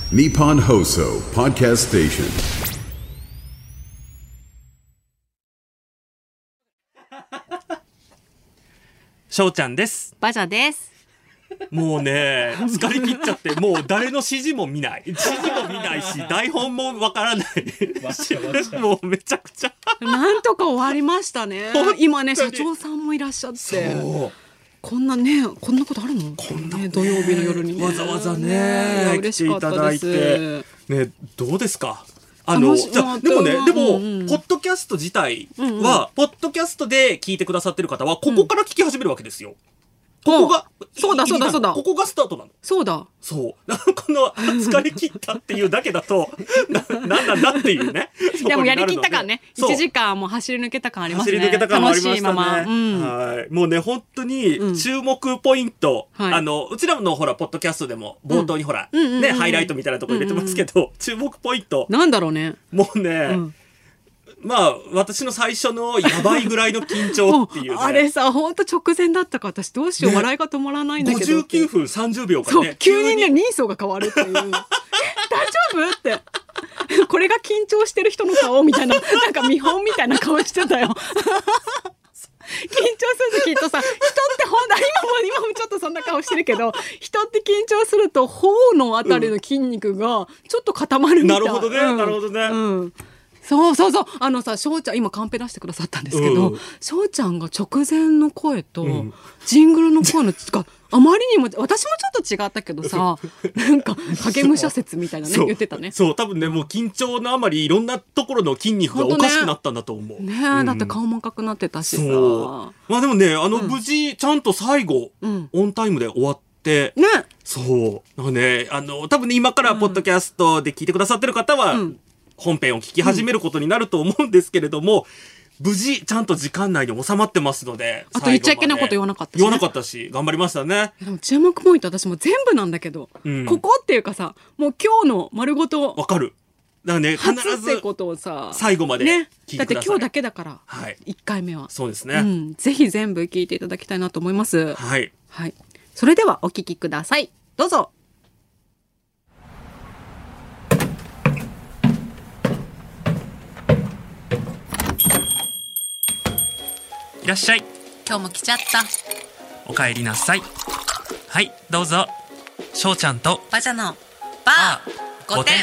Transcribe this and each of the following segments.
Nippon Hoso Podcast Station. しょうちゃんです。 バジャです。 もうね疲れ切っちゃってもう誰の指示も見ないし台本もわからないもうめちゃくちゃなんとか終わりましたね。今ね社長さんもいらっしゃって、こんなことあるの？ こんなね、土曜日の夜に、ね、 わざわざね嬉しかったです。 来ていただいてね、どうですか？でもポッドキャスト自体は、ポッドキャストで聞いてくださってる方はここから聞き始めるわけですよ。ここがそうだここがスタートなの。 そうだこの疲れ切ったっていうだけだとなんだっていうねでもやりきった感ね、1時間も走り抜けた感ありますね。 走り抜けた感もありましたね。 はい、 もうね本当に注目ポイント、うちらのほらポッドキャストでも冒頭にほら、ねハイライトみたいなところ入れてますけど、注目ポイントなんだろうね。 もうね、まあ私の最初のやばいぐらいの緊張っていう、ね、 あれさ本当直前だったから私どうしよう、ね、笑いが止まらないんだけど 59分30秒からね急にね人相が変わるっていう大丈夫ってこれが緊張してる人の顔みたいな、なんか見本みたいな顔してたよ緊張するときっとさ、人って今もちょっとそんな顔してるけど、人って緊張すると頬のあたりの筋肉がちょっと固まるみたいな。 なるほどね、なるほどね、 そうさ、翔ちゃん今カンペ出してくださったんですけど、翔ちゃんが直前の声とジングルの声のがあまりにも私もちょっと違ったけどさ、なんか影武者説みたいなね言ってたね。 そう多分ねもう緊張のあまりいろんなところの筋肉がおかしくなったんだと思うね。 だって顔も赤くなってたしさ。 まあでもね無事ちゃんと最後、オンタイムで終わってね。そうなんかね多分ね今からポッドキャストで聞いてくださってる方は、本編を聞き始めることになると思うんですけれども、無事ちゃんと時間内に収まってますので、 あと言っちゃいけないこと言わなかったし、ね、 言わなかったし頑張りましたね。 でも注目ポイント私も全部なんだけど、ここっていうかさ、もう今日の丸ごとわかる。だからね必ず初ってことをさ最後まで聞いてください、 だって今日だけだから、1回目はそうですね、 ぜひ全部聞いていただきたいなと思います。 はい、 それではお聞きください。どうぞ。 いらっしゃい。 今日も来ちゃった。 お帰りなさい。はいどうぞ。しょうちゃんとバジャのバー5点。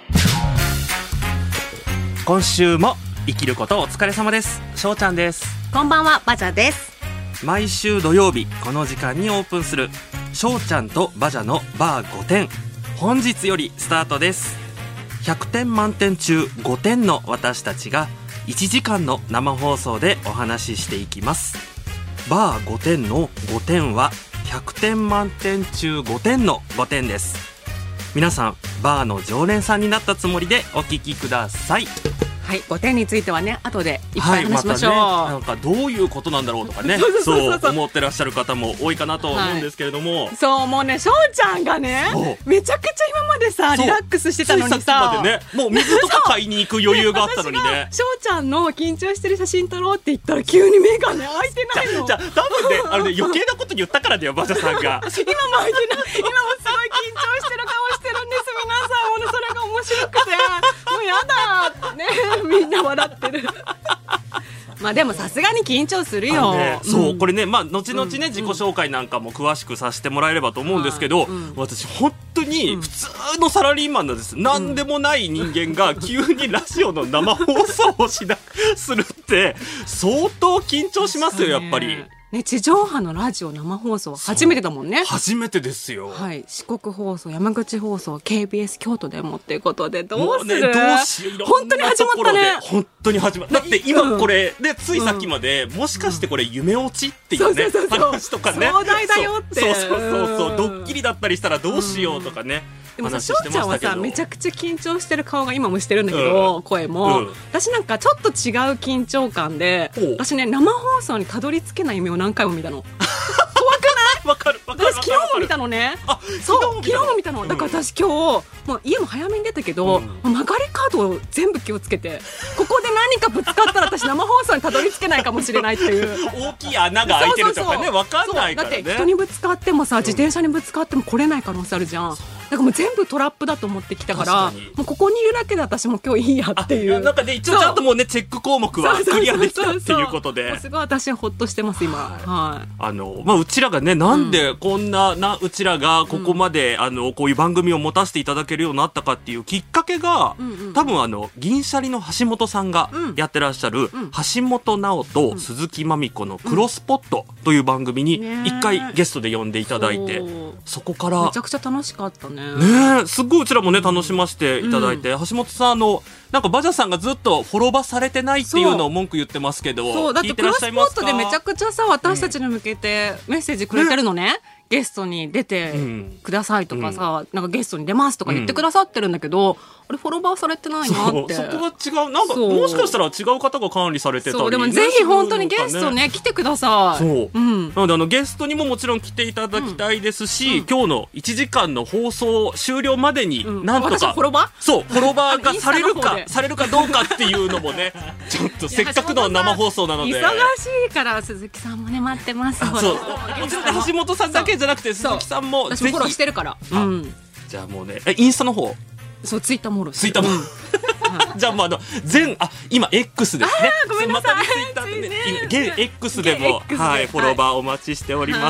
今週も生きることお疲れ様です。しょうちゃんです。 こんばんは、バジャです。 毎週土曜日この時間にオープンするしょうちゃんとバジャのバー5点、本日よりスタートです。100点満点中5点の私たちが1時間の生放送でお話ししていきます。バー5点の5点は100点満点中5点の5点です。皆さんバーの常連さんになったつもりでお聞きください。 はい、5点についてはね後でいっぱい話しましょう。 なんかどういうことなんだろうとかねそう思ってらっしゃる方も多いかなと思うんですけれども、 そうもうねしょうちゃんがねめちゃくちゃ今までさリラックスしてたのにさ、 ついさっきまでねもう水とか買いに行く余裕があったのにねしょうちゃんの緊張してる写真撮ろうって言ったら急に目がね開いてないの。 じゃあ多分ね余計なこと言ったからだよバジャさんが今も開いてない。今もすごい緊張してる顔してるんです。皆さんもうそれが面白くてもうやだねみんな笑ってるまあでもさすがに緊張するよ、 そうこれねまあ後々ね、自己紹介なんかも詳しくさせてもらえればと思うんですけど、私本当に普通のサラリーマンなんです、なんでもない人間が急にラジオの生放送をするって相当緊張しますよやっぱりね、地上波のラジオ生放送初めてだもんね。 初めてですよ。 はい、四国放送、山口放送、KBS 京都でもっていうことでどうする？ もうね、どうしよう。 本当に始まったね。 本当に始まった。だって今これでついさっきまで、もしかしてこれ夢落ちっていうね話とかね。 壮大だよって。 そうドッキリだったりしたらどうしようとかね。 でもさ、しょうちゃんはさめちゃくちゃ緊張してる顔が今もしてるんだけど、声も、私なんかちょっと違う緊張感で、私ね生放送にたどり着けない夢を何回も見たの。怖くない？ わかる。 私昨日も見たのね。昨日も見たの。だから私今日もう家も早めに出たけど、曲がりカードを全部気をつけて、ここで何かぶつかったら私生放送にたどり着けないかもしれないっていう大きい穴が開いてるとかね、分かんないからね。 だって人にぶつかってもさ、自転車にぶつかっても来れない可能性あるじゃん。だからもう全部トラップだと思ってきたから、もうここにいるだけで私も今日いいやっていう。 なんかね、一応ちゃんともうねチェック項目はクリアできたっていうことで、 すごい私はほっとしてます今。はい。 うちらがね、なんでこんなうちらがここまでこういう番組を持たせていただけるようになったかっていうきっかけが、多分銀シャリの橋本さんがやってらっしゃる橋本直と鈴木まみこのクロスポットという番組に一回ゲストで呼んでいただいて、そこからめちゃくちゃ楽しかったね。 ね、すっごいうちらもね楽しませていただいて、橋本さんなんかバジャさんがずっとフォロバーされてないっていうのを文句言ってますけど、 そうだってクロスポットでめちゃくちゃさ、私たちに向けてメッセージくれてるのね。ゲストに出てくださいとかさ、なんかゲストに出ますとか言ってくださってるんだけど、あれフォロバーされてないなって。 そこが違う、なんかもしかしたら違う方が管理されてたり、 そうでもぜひ本当にゲストね来てください。 そう、なのでゲストにももちろん来ていただきたいですし、今日の1時間の放送終了までになんとか、 フォロバーがされるかどうかっていうのもねちょっとせっかくの生放送なので、 忙しいから鈴木さんもね待ってます。 そうもちろん橋本さんだけじゃなくて鈴木さんも私もフォローしてるから。 じゃあもうね、インスタの方、 そうツイッターもフォローツイッターもじゃあもう今 X ですね。 ごめんなさい、 またツイッターでね、現 X でもはいフォロバーお待ちしております。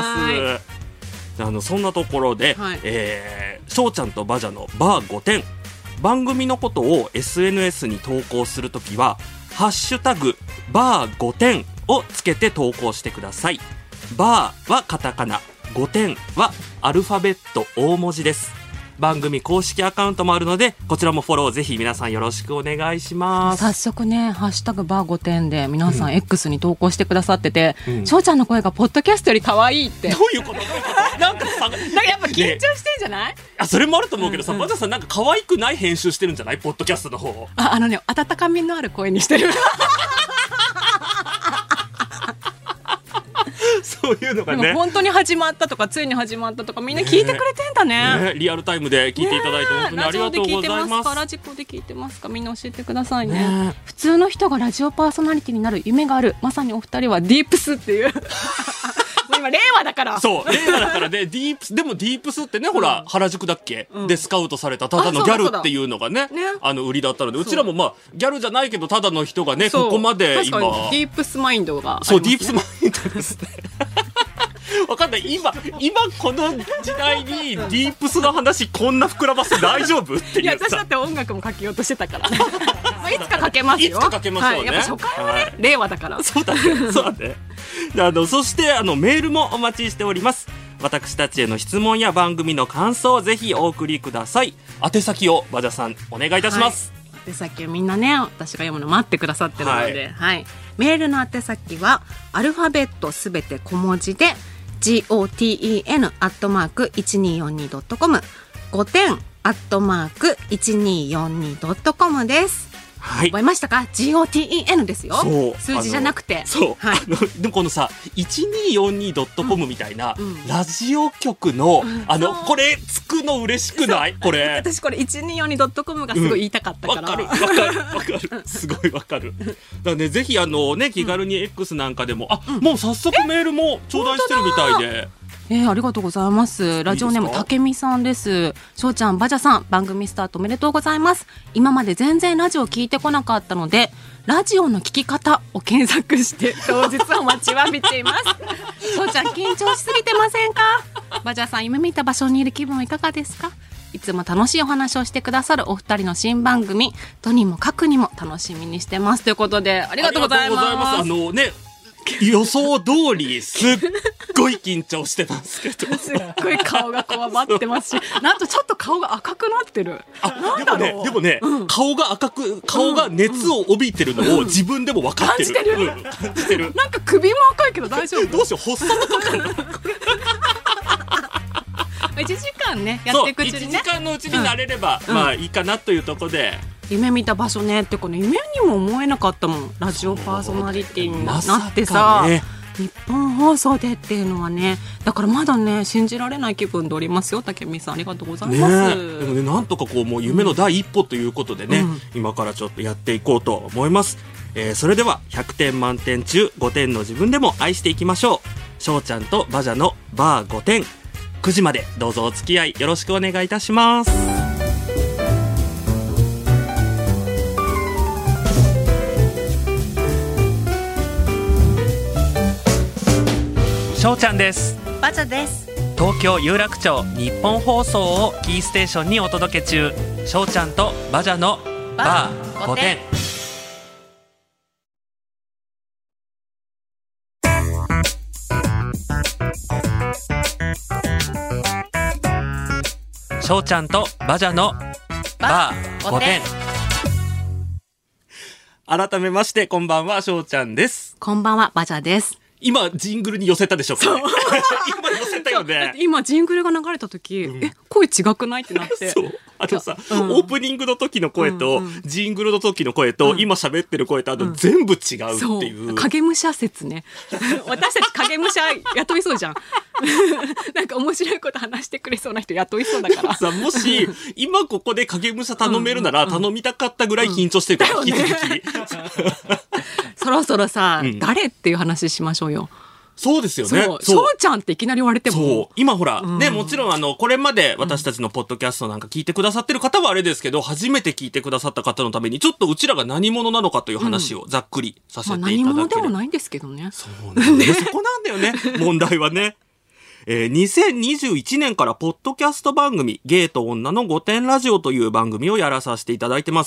そんなところで、しょうちゃんとバジャのバー5点、番組のことを SNS に投稿するときはハッシュタグバー5点をつけて投稿してください。バーはカタカナ、5点はアルファベット大文字です。番組公式アカウントもあるので、こちらもフォローぜひ皆さんよろしくお願いします。 早速ね、ハッシュタグバー5点で皆さん X に投稿してくださってて、しょうちゃんの声がポッドキャストより可愛いって。 どういうことなんかさ、 やっぱ緊張してんじゃない？ それもあると思うけどさ、バジャさんなんか可愛くない編集してるんじゃない？ポッドキャストの方。 温かみのある声にしてる。 そういうのがね、 本当に始まったとかついに始まったとかみんな聞いてくれてんだね。 リアルタイムで聞いていただいて本当にありがとうございます。 ラジコで聞いてますか？みんな教えてくださいね。普通の人がラジオパーソナリティになる夢がある、まさにお二人はディープスっていう今令和だから。 そう令和だからね。ディープスでもディープスってね、ほら原宿だっけ、でスカウトされたただのギャルっていうのがね売りだったので、うちらもまあギャルじゃないけどただの人がねここまで今ディープスマインドがありますね。 そうディープスマインドですね。わかんない、今この時代にディープスの話こんな膨らませて大丈夫っていうさ。 いや私だって音楽もかけようとしてたからまあいつかかけますよ。 いつかかけましょうね。 やっぱ初回はね、令和だから。 そうだねそうだね。そしてメールもお待ちしております。私たちへの質問や番組の感想をぜひお送りください。宛先をバジャさんお願いいたします。 宛先をみんなね、私が読むの待ってくださってるので、メールの宛先はアルファベットすべて小文字でgoten@1242.com 5点@1242.com です。覚えましたか？ GOTEN ですよ。数字じゃなくて。 そう、でもこのさ 1242.com みたいな、ラジオ局のこれつくの嬉しくない？これ私これ 1242.com がすごい言いたかったから。 わかるすごいわかる。だからね、ぜひ気軽に X なんかでももう早速メールも頂戴してるみたいで。 ありがとうございます。ラジオネームたけみさんです。しょうちゃん、バジャさん、番組スタートおめでとうございます。今まで全然ラジオ聞いてこなかったので、ラジオの聞き方を検索して当日を待ちわびています。しょうちゃん、緊張しすぎてませんか？バジャさん、夢見た場所にいる気分はいかがですか？いつも楽しいお話をしてくださるお二人の新番組、とにもかくにも楽しみにしてますということで、ありがとうございます。 予想通りすっごい緊張してますけどすっごい顔がこわばってますし、なんとちょっと顔が赤くなってる。 でもね、顔が熱を帯びてるのを自分でも分かってる。感じてる。 なんか首も赤いけど大丈夫？ どうしよう、発作とかかな。 1時間ねやっていくうちにね、 1時間のうちになれればまあいいかなというところで。 夢見た場所ねって夢にも思えなかったもん。ラジオパーソナリティになってさ、日本放送でっていうのはね、だからまだね信じられない気分でおりますよ。たけみさんありがとうございます。 でもね、なんとかもう夢の第一歩ということでね、今からちょっとやっていこうと思います。 それでは100点満点中5点の自分でも愛していきましょう。しょうちゃんとバジャのバー5点、9時までどうぞお付き合いよろしくお願いいたします。しょうちゃんです。 バジャです。 東京有楽町日本放送をキーステーションにお届け中、しょうちゃんとバジャのバー5点。しょうちゃんとバジャのバー5点。改めましてこんばんは、しょうちゃんです。 こんばんは、バジャです。 今ジングルに寄せたでしょうか、ね、今寄せたよね。 今ジングルが流れた時、声違くないってなって。 そう、あとさ、オープニングの時の声と、ジングルの時の声と、今喋ってる声と全部違うっていう、 影武者説ね。私たち影武者雇いそうじゃん。なんか面白いこと話してくれそうな人雇いそうだからさ、もし今ここで影武者頼めるなら頼みたかったぐらい緊張してるから、引き続きそろそろさ、誰っていう話しましょうよ。 そうですよね。 しょうちゃんっていきなり言われても。 そう。今ほら、ね、もちろんこれまで私たちのポッドキャストなんか聞いてくださってる方はあれですけど、初めて聞いてくださった方のために、ちょっとうちらが何者なのかという話をざっくりさせていただければ。 何者でもないんですけどね。 そうなんだよ。そこなんだよね。問題はね。2021年からポッドキャスト番組、ゲイと女の5点ラジオという番組をやらさせていただいてます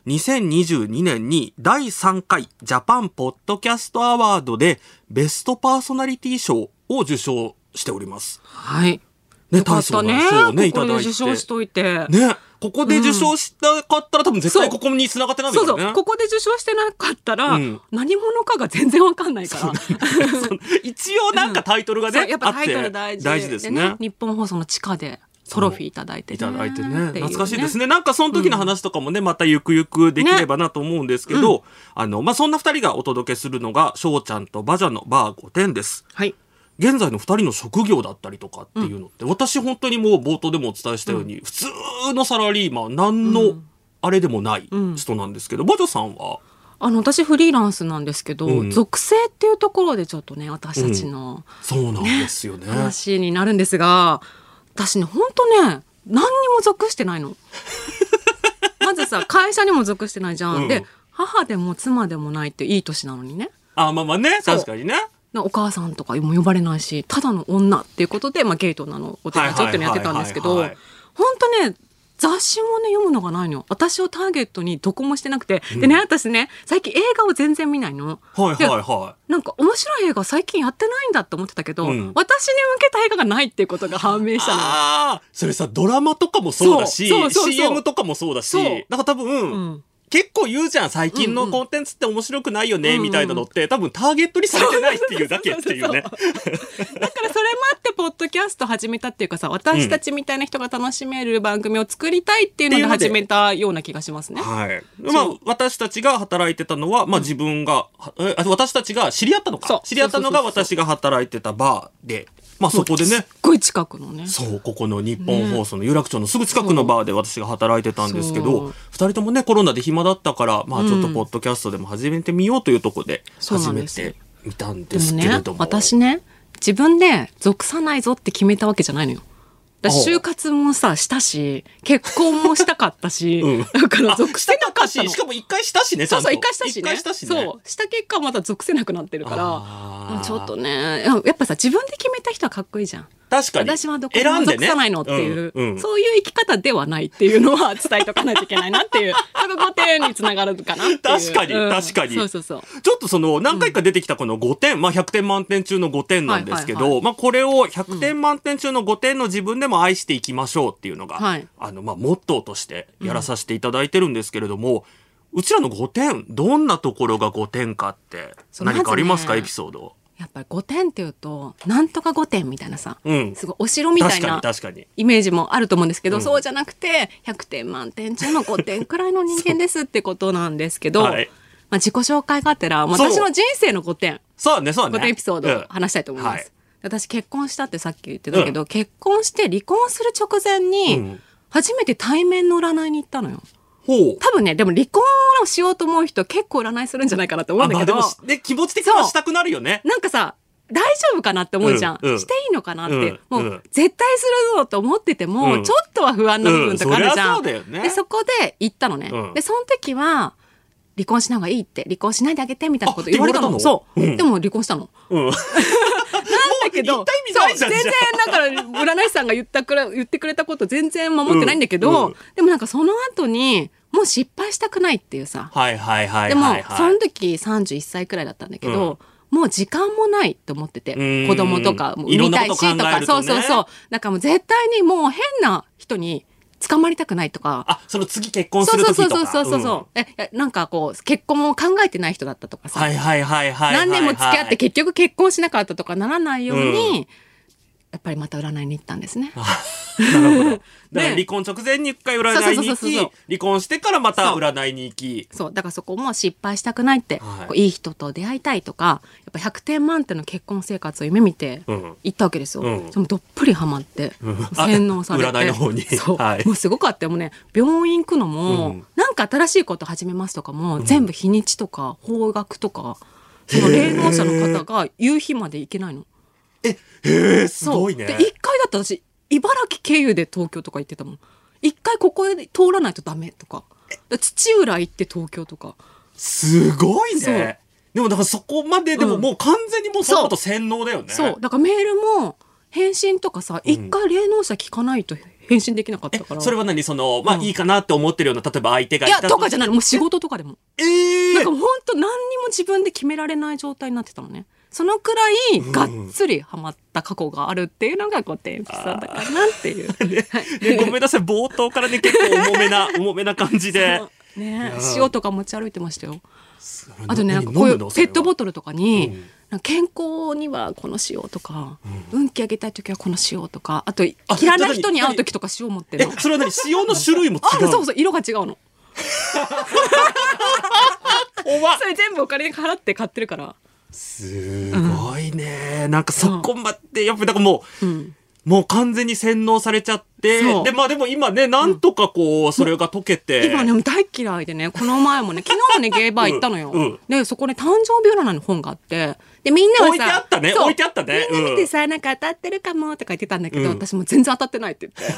。2022年に第3回ジャパンポッドキャストアワードでベストパーソナリティ賞を受賞しております。 はい。 ね、 よかったね。 そうね、 ここで受賞しといて。 ね、ここで受賞したかったら、多分絶対ここに繋がってないんだよね。 そう、ここで受賞してなかったら、何者かが全然わかんないから。 一応なんかタイトルがね、 やっぱタイトル大事ですね。 日本放送の地下で。トロフィーいただいてね。 懐かしいですね。なんかその時の話とかもね、またゆくゆくできればなと思うんですけど、そんな二人がお届けするのが、しょうちゃんとバジャのバー5点です。 はい。 現在の二人の職業だったりとかっていうのって、私本当にもう冒頭でもお伝えしたように、普通のサラリーマン、何のあれでもない人なんですけど、バジャさんは私フリーランスなんですけど、属性っていうところでちょっとね、私たちの、 そうなんですよね。 話になるんですが、私ね、本当ね、何にも属してないの。まずさ、会社にも属してないじゃん。で、母でも妻でもないっていい年なのにね。 まあね、確かにね。 お母さんとかも呼ばれないし、ただの女っていうことで、ゲイと女のお手伝いちょっとやってたんですけど、本当ね、雑誌もね、読むのがないの。私をターゲットにどこもしてなくて。でね、私ね、最近映画を全然見ないの。なんか面白い映画最近やってないんだって思ってたけど、私に向けた映画がないっていうことが判明したの。 それさ、ドラマとかもそうだし、CM とかもそうだし、なんか多分、結構言うじゃん、最近のコンテンツって面白くないよね、みたいなのって、多分ターゲットにされてないっていうだけっていうね。だからそれもあってポッドキャスト始めたっていうかさ、私たちみたいな人が楽しめる番組を作りたいっていうので始めたような気がしますね。 はい。私たちが働いてたのは、自分が、私たちが知り合ったのか。知り合ったのが私が働いてたバーで、そこでね。すっごい近くのね。 そう、ここの日本放送の有楽町のすぐ近くのバーで私が働いてたんですけど、二人ともね、コロナで暇だったから、ちょっとポッドキャストでも始めてみようというところで始めてみたんですけれども。 私ね、自分で属さないぞって決めたわけじゃないのよ。就活もさ、したし、結婚もしたかったし、だから属せなかったの。 しかも一回したしね、 そう、一回したしね。そう、した結果また属せなくなってるから、ちょっとね、やっぱさ、自分で決めた人はかっこいいじゃん。 確かに。 私はどこにも属さないのっていう、そういう生き方ではないっていうのは伝えとかないといけないなっていう、それが5点につながるかなっていう。 確かに、確かに。 そう。 ちょっと何回か出てきたこの5点、100点満点中の5点なんですけど、これを100点満点中の5点の自分でも愛していきましょうっていうのが、モットーとしてやらさせていただいてるんですけれども、うちらの5点、どんなところが5点かって何かありますか、エピソード。 やっぱり5点っていうとなんとか5点みたいなさ、すごいお城みたいなイメージもあると思うんですけど、そうじゃなくて100点満点中の5点くらいの人間ですってことなんですけど、自己紹介がてら私の人生の5点、5点エピソードを話したいと思います。私結婚したってさっき言ってたけど、結婚して離婚する直前に初めて対面の占いに行ったのよ。 ほう。 多分ね、でも離婚をしようと思う人結構占いするんじゃないかなと思うんだけど。 まあでもね、気持ち的にはしたくなるよね。 なんかさ、大丈夫かなって思うじゃん。 うんうんしていいのかなって。 うんもう、絶対するぞと思ってても、 うんちょっとは不安な部分とかあるじゃん。 そりゃそうだよねで、そこで言ったのね。 うんで、その時は、離婚しない方がいいって、離婚しないであげてみたいなこと言われたの。 あってそう、 言われたのうんでも離婚したの。 うん。 なんだけど、 もう言った意味ないじゃんそう全然だから占い師さんが言ってくれたこと全然守ってないんだけど、 うんうんでもなんかその後にもう失敗したくないっていうさ、 はいはいはいではい、 もその時31歳くらいだったんだけど、もう時間もないと思ってて、子供とかも産みたいしとか、そうそうそう、だからもう絶対にもう変な人に捕まりたくないとか。 あ、その次結婚する時とか。 なんかこう結婚を考えてない人だったとかさ、 はいはいはいはい。 何年も付き合って結局結婚しなかったとかならないように、やっぱりまた占いに行ったんですね。 なるほど。だから離婚直前に一回占いに行き、 そうそうそうそう離婚してからまた占いに行き。 そうだからそこも失敗したくないって、 はいこういい人と出会いたいとか、やっぱ100点満点の結婚生活を夢見てうん行ったわけですよ。 うんでもどっぷりハマって、洗脳されて、 占いの方にそう、 はいもうすごかったよ。もうね、病院行くのも、 うんなんか新しいこと始めますとかも、全部日にちとか方角とか、その霊能者の方が夕日まで行けないの。 へえ、すごいね。 そうで1回だったら私茨城経由で東京とか行ってたもん。1回ここで通らないとダメとか、土浦行って東京とか。 すごいそうね。でもだからそこまででももう完全にもうそのこと洗脳だよね。 そうだからメールも返信とかさ、1回霊能者聞かないと返信できなかったから。 それは何その、まあいいかなって思ってるような、例えば相手がいいたやとかじゃないの、もう仕事とかでも。 えなんか本当何にも自分で決められない状態になってたのね。そのくらいがっつりハマった過去があるっていうのが5点エピソードかなっていう。 ね、ごめんなさい、冒頭からね、結構重めな感じで。 そうね、 いや塩とか持ち歩いてましたよ。あとね、なんかこういうペットボトルとかに、なんか健康にはこの塩とか、運気上げたい時はこの塩とか、あと嫌な人に会う時とか塩持ってるの。 それは何塩の種類も違うそうそう、色が違うの。 怖っそれ全部お金払って買ってるから。 すごいね、なんかそこまでやっぱだからもう、もう完全に洗脳されちゃって、でまあでも今ねなんとかこうそれが解けて、 今ね大嫌いでね、この前もね、昨日もねゲイバー行ったのよ。でそこね誕生日占いの本があって、でみんなはさ置いてあったね、置いてあったね。 みんな見てさ、なんか当たってるかもとか言ってたんだけど、私もう全然当たってないって言って。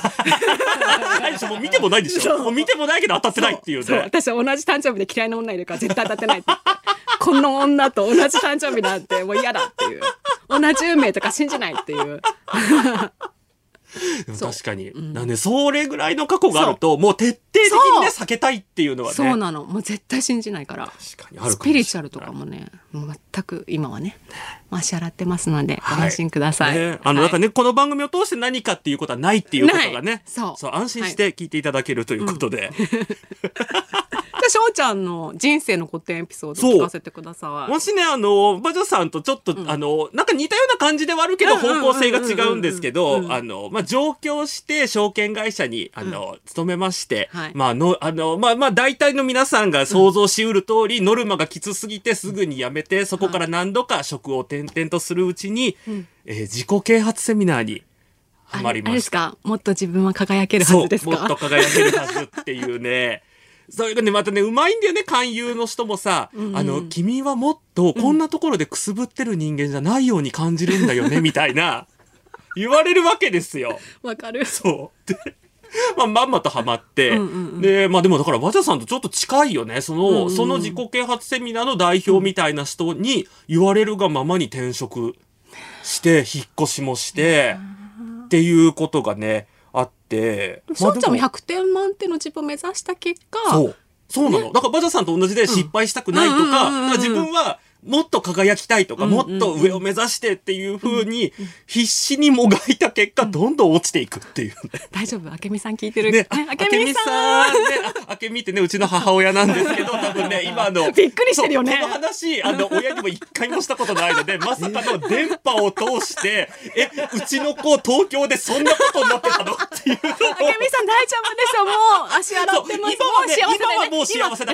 もう見てもないでしょ。もう見てもないけど当たってないっていうね。 そう、私は同じ誕生日で嫌いな女いるから絶対当たってないって言って。この女と同じ誕生日なんてもう嫌だっていう。同じ運命とか信じないっていう。 でも確かに、なんでそれぐらいの過去があるともう徹底的にね避けたいっていうのはね。 そうなの、もう絶対信じないから。 確かにあるかもしれない。 スピリチュアルとかもね、もう全く今はね足洗ってますのでご安心ください。 だからね、この番組を通して何かっていうことはないっていうことがね、 そう安心して聞いていただけるということで。 しょうちゃんの人生の古典エピソードを聞かせてください。 もしね、バジャさんとちょっと、なんか似たような感じではあるけど、方向性が違うんですけど、上京して証券会社に、勤めまして、大体の皆さんが想像しうる通り、ノルマがきつすぎてすぐに辞めて、そこから何度か職を転々とするうちに、自己啓発セミナーにハマりました。 あれですか、もっと自分は輝けるはずですか。 もっと輝けるはずっていうね。それがね、またね、うまいんだよね、勧誘の人もさ、君はもっとこんなところでくすぶってる人間じゃないように感じるんだよね、みたいな、言われるわけですよ。 わかる。 そう。で、まんまとハマって、で、でもだから、バジャさんとちょっと近いよね。その自己啓発セミナーの代表みたいな人に言われるがままに転職して、引っ越しもして、っていうことがね、あって、 しょうちゃんも100点満点の自分を目指した結果、 そうなの。だからバジャさんと同じで失敗したくないとか、自分はもっと輝きたいとか、もっと上を目指してっていう風に必死にもがいた結果、どんどん落ちていくっていうね。 大丈夫、あけみさん聞いてる。 ね、あけみさんね、あけみってね、うちの母親なんですけど、多分ね、今びっくりしてるよね。 この話、親にも一回もしたことないので、まさかの電波を通して、うちの子、東京でそんなことになってたのっていうのを。 あけみさん大丈夫ですよ、もう足洗ってます。 今はもう幸せだから。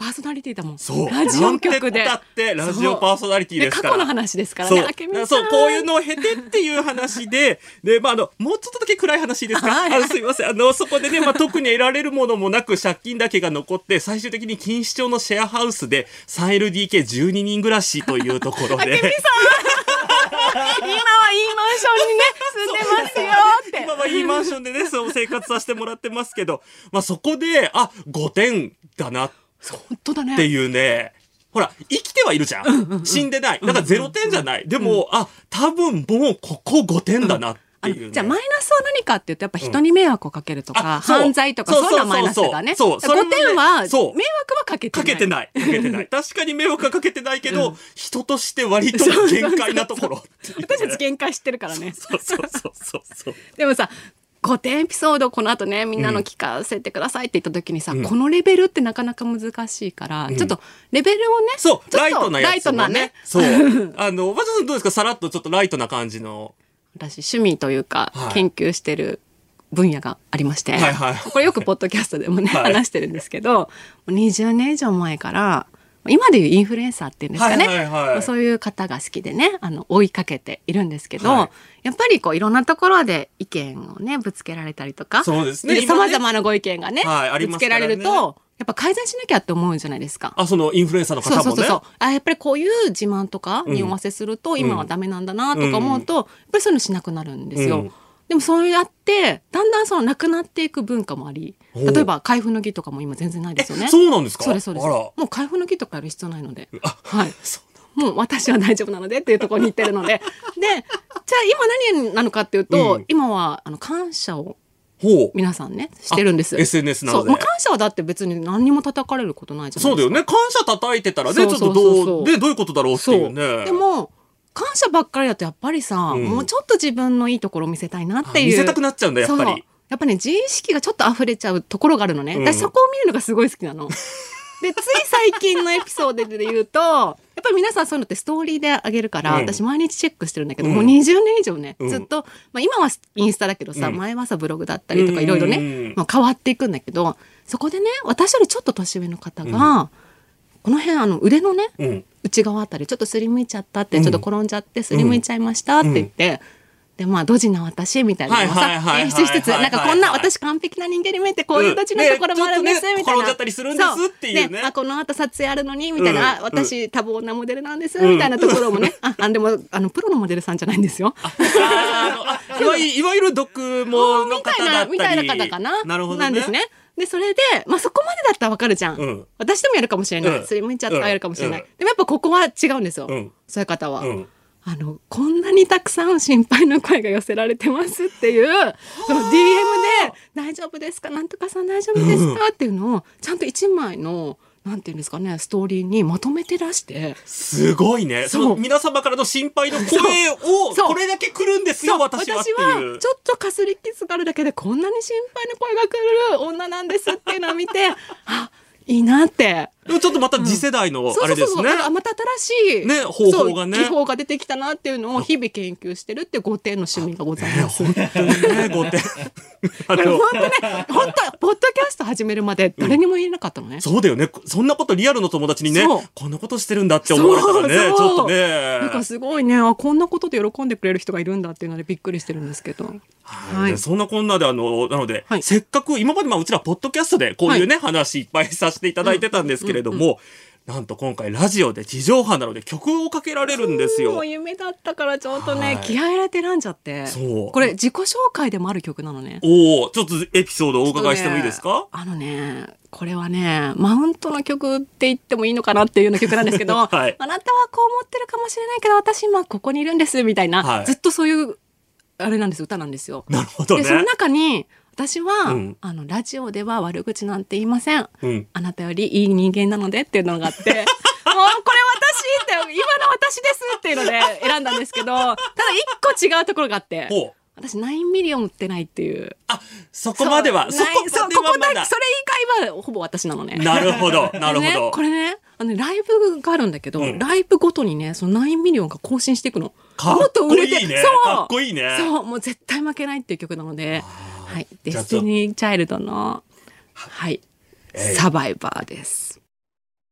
パーソナリティだもん。 そうラジオ局で。 なんてったってラジオパーソナリティですから。 過去の話ですからね。 そうこういうのを経てっていう話でで、もうちょっとだけ暗い話ですか。すいません。そこでね、特に得られるものもなく借金だけが残って最終的に錦糸町のシェアハウスで 3LDK12 人暮らしというところで。 今はいいマンションにね住んでますよって。 今はいいマンションでねそう生活させてもらってますけど、そこで5点だなっていうね。ほら生きてはいるじゃん、死んでない。だから0点じゃない、でも、多分もうここ5点だなっていう、ね。 じゃあマイナスは何かっていうとやっぱ人に迷惑をかけるとか、犯罪とかそういうのはマイナスだね。5点は迷惑はかけてない。 確かに迷惑はかけてないけど、人として割と限界なところ。 私たち限界知ってるからね。 そうでもさ、5点エピソードこの後ねみんなの聞かせてくださいって言った時にさ、このレベルってなかなか難しいから、ちょっとレベルをね、 そうライトなやつもね。そうおばちゃんどうですか。さらっとちょっとライトな感じの。 私趣味というか、研究してる分野がありまして、これよくポッドキャストでもね、話してるんですけど、20年以上前から今でいうインフルエンサーっていうんですかね、そういう方が好きでね追いかけているんですけど、やっぱりいろんなところで意見をねぶつけられたりとか、 そうですね、 さまざまなご意見がね、ぶつけられるとやっぱ改善しなきゃって思うじゃないですか。 そのインフルエンサーの方もね。 やっぱりこういう自慢とかにおわせすると今はダメなんだなとか思うと、やっぱりそういうのしなくなるんですよ。でもそうやってだんだんなくなっていく文化もあり、例えば開封の儀とかも今全然ないですよね。 そうなんですか。 そうですもう開封の儀とかやる必要ないので、もう私は大丈夫なのでっていうところに行ってるので、でじゃあ今何なのかっていうと、今は感謝を皆さんねしてるんです。 SNS なので。 感謝はだって別に何にも叩かれることないじゃないですか。 そうだよね。感謝叩いてたらね、ちょっとどういうことだろうっていうね。 でも感謝ばっかりだとやっぱりさ、もうちょっと自分のいいところを見せたいなっていう、 見せたくなっちゃうんだやっぱり。 やっぱね自意識がちょっと溢れちゃうところがあるのね。私そこを見るのがすごい好きなの。でつい最近のエピソードで言うとやっぱり皆さんそういうのってストーリーであげるから、私毎日チェックしてるんだけど、もう20年以上ね、ずっと、今はインスタだけどさ、前はさブログだったりとかいろいろね、変わっていくんだけど、そこでね私よりちょっと年上の方が、この辺腕のね、内側あたりちょっとすりむいちゃったって、ちょっと転んじゃってすりむいちゃいましたって言って、でドジな私みたいなのをさ演出しつつ、なんかこんな私完璧な人間に見えてこういうドジなところもあるんですみたいな、 転んじゃったりするんですっていうね。 この後撮影あるのにみたいな、私多忙なモデルなんですみたいなところもね、でもプロのモデルさんじゃないんですよ。 いわゆる読モの方だったりみたいな方かな。 なるほどね。 なんですね。でそれでそこまでだったらわかるじゃん、私でもやるかもしれない、すりむいちゃったらやるかもしれない、でもやっぱここは違うんですよ、そういう方は、こんなにたくさん心配の声が寄せられてますっていう、その DM で大丈夫ですか、なんとかさん大丈夫ですかっていうのをちゃんと1枚のなんていうんですかね、ストーリーにまとめて出して、 すごいね。その皆様からの心配の声をこれだけ来るんですよ、私はっていう。 ちょっとかすり傷があるだけでこんなに心配の声が来る女なんですっていうのを見ていいなって。 ちょっとまた次世代のあれですね。 また新しい、 方法がね、 技法が出てきたなっていうのを日々研究してるって5点の趣味がございます。 本当にね、5点。 本当ポッドキャスト始めるまで誰にも言えなかったのね。 そうだよね。そんなことリアルの友達にね、こんなことしてるんだって思われたらね、ちょっとね。 なんかすごいね、こんなことで喜んでくれる人がいるんだっていうのでびっくりしてるんですけど。 そんなこんなでなので、せっかく今までうちらポッドキャストでこういうね、話いっぱいさせていただいてたんですけれども、なんと今回ラジオで地上波なので曲をかけられるんですよ。 もう夢だったからちょっとね、気合い入れて選んじゃって。これ自己紹介でもある曲なのね。 ちょっとエピソードをお伺いしてもいいですか？ これはねマウントの曲って言ってもいいのかなっていうような曲なんですけど、あなたはこう思ってるかもしれないけど私今ここにいるんですみたいな、ずっとそういうあれなんです、歌なんですよ。 なるほどね。 でその中に私は、ラジオでは悪口なんて言いません、あなたよりいい人間なのでっていうのがあってもうこれ私って今の私ですっていうので選んだんですけど、ただ一個違うところがあって、私9ミリオン売ってないっていう。 そこまではそれ以外はほぼ私なのね。 なるほどなるほど。 これねライブがあるんだけど、ライブごとにねその9ミリオンが更新していくの。もっと売れて、 かっこいいね。 そうもう絶対負けないっていう曲なので、デスティニーチャイルドのサバイバーです。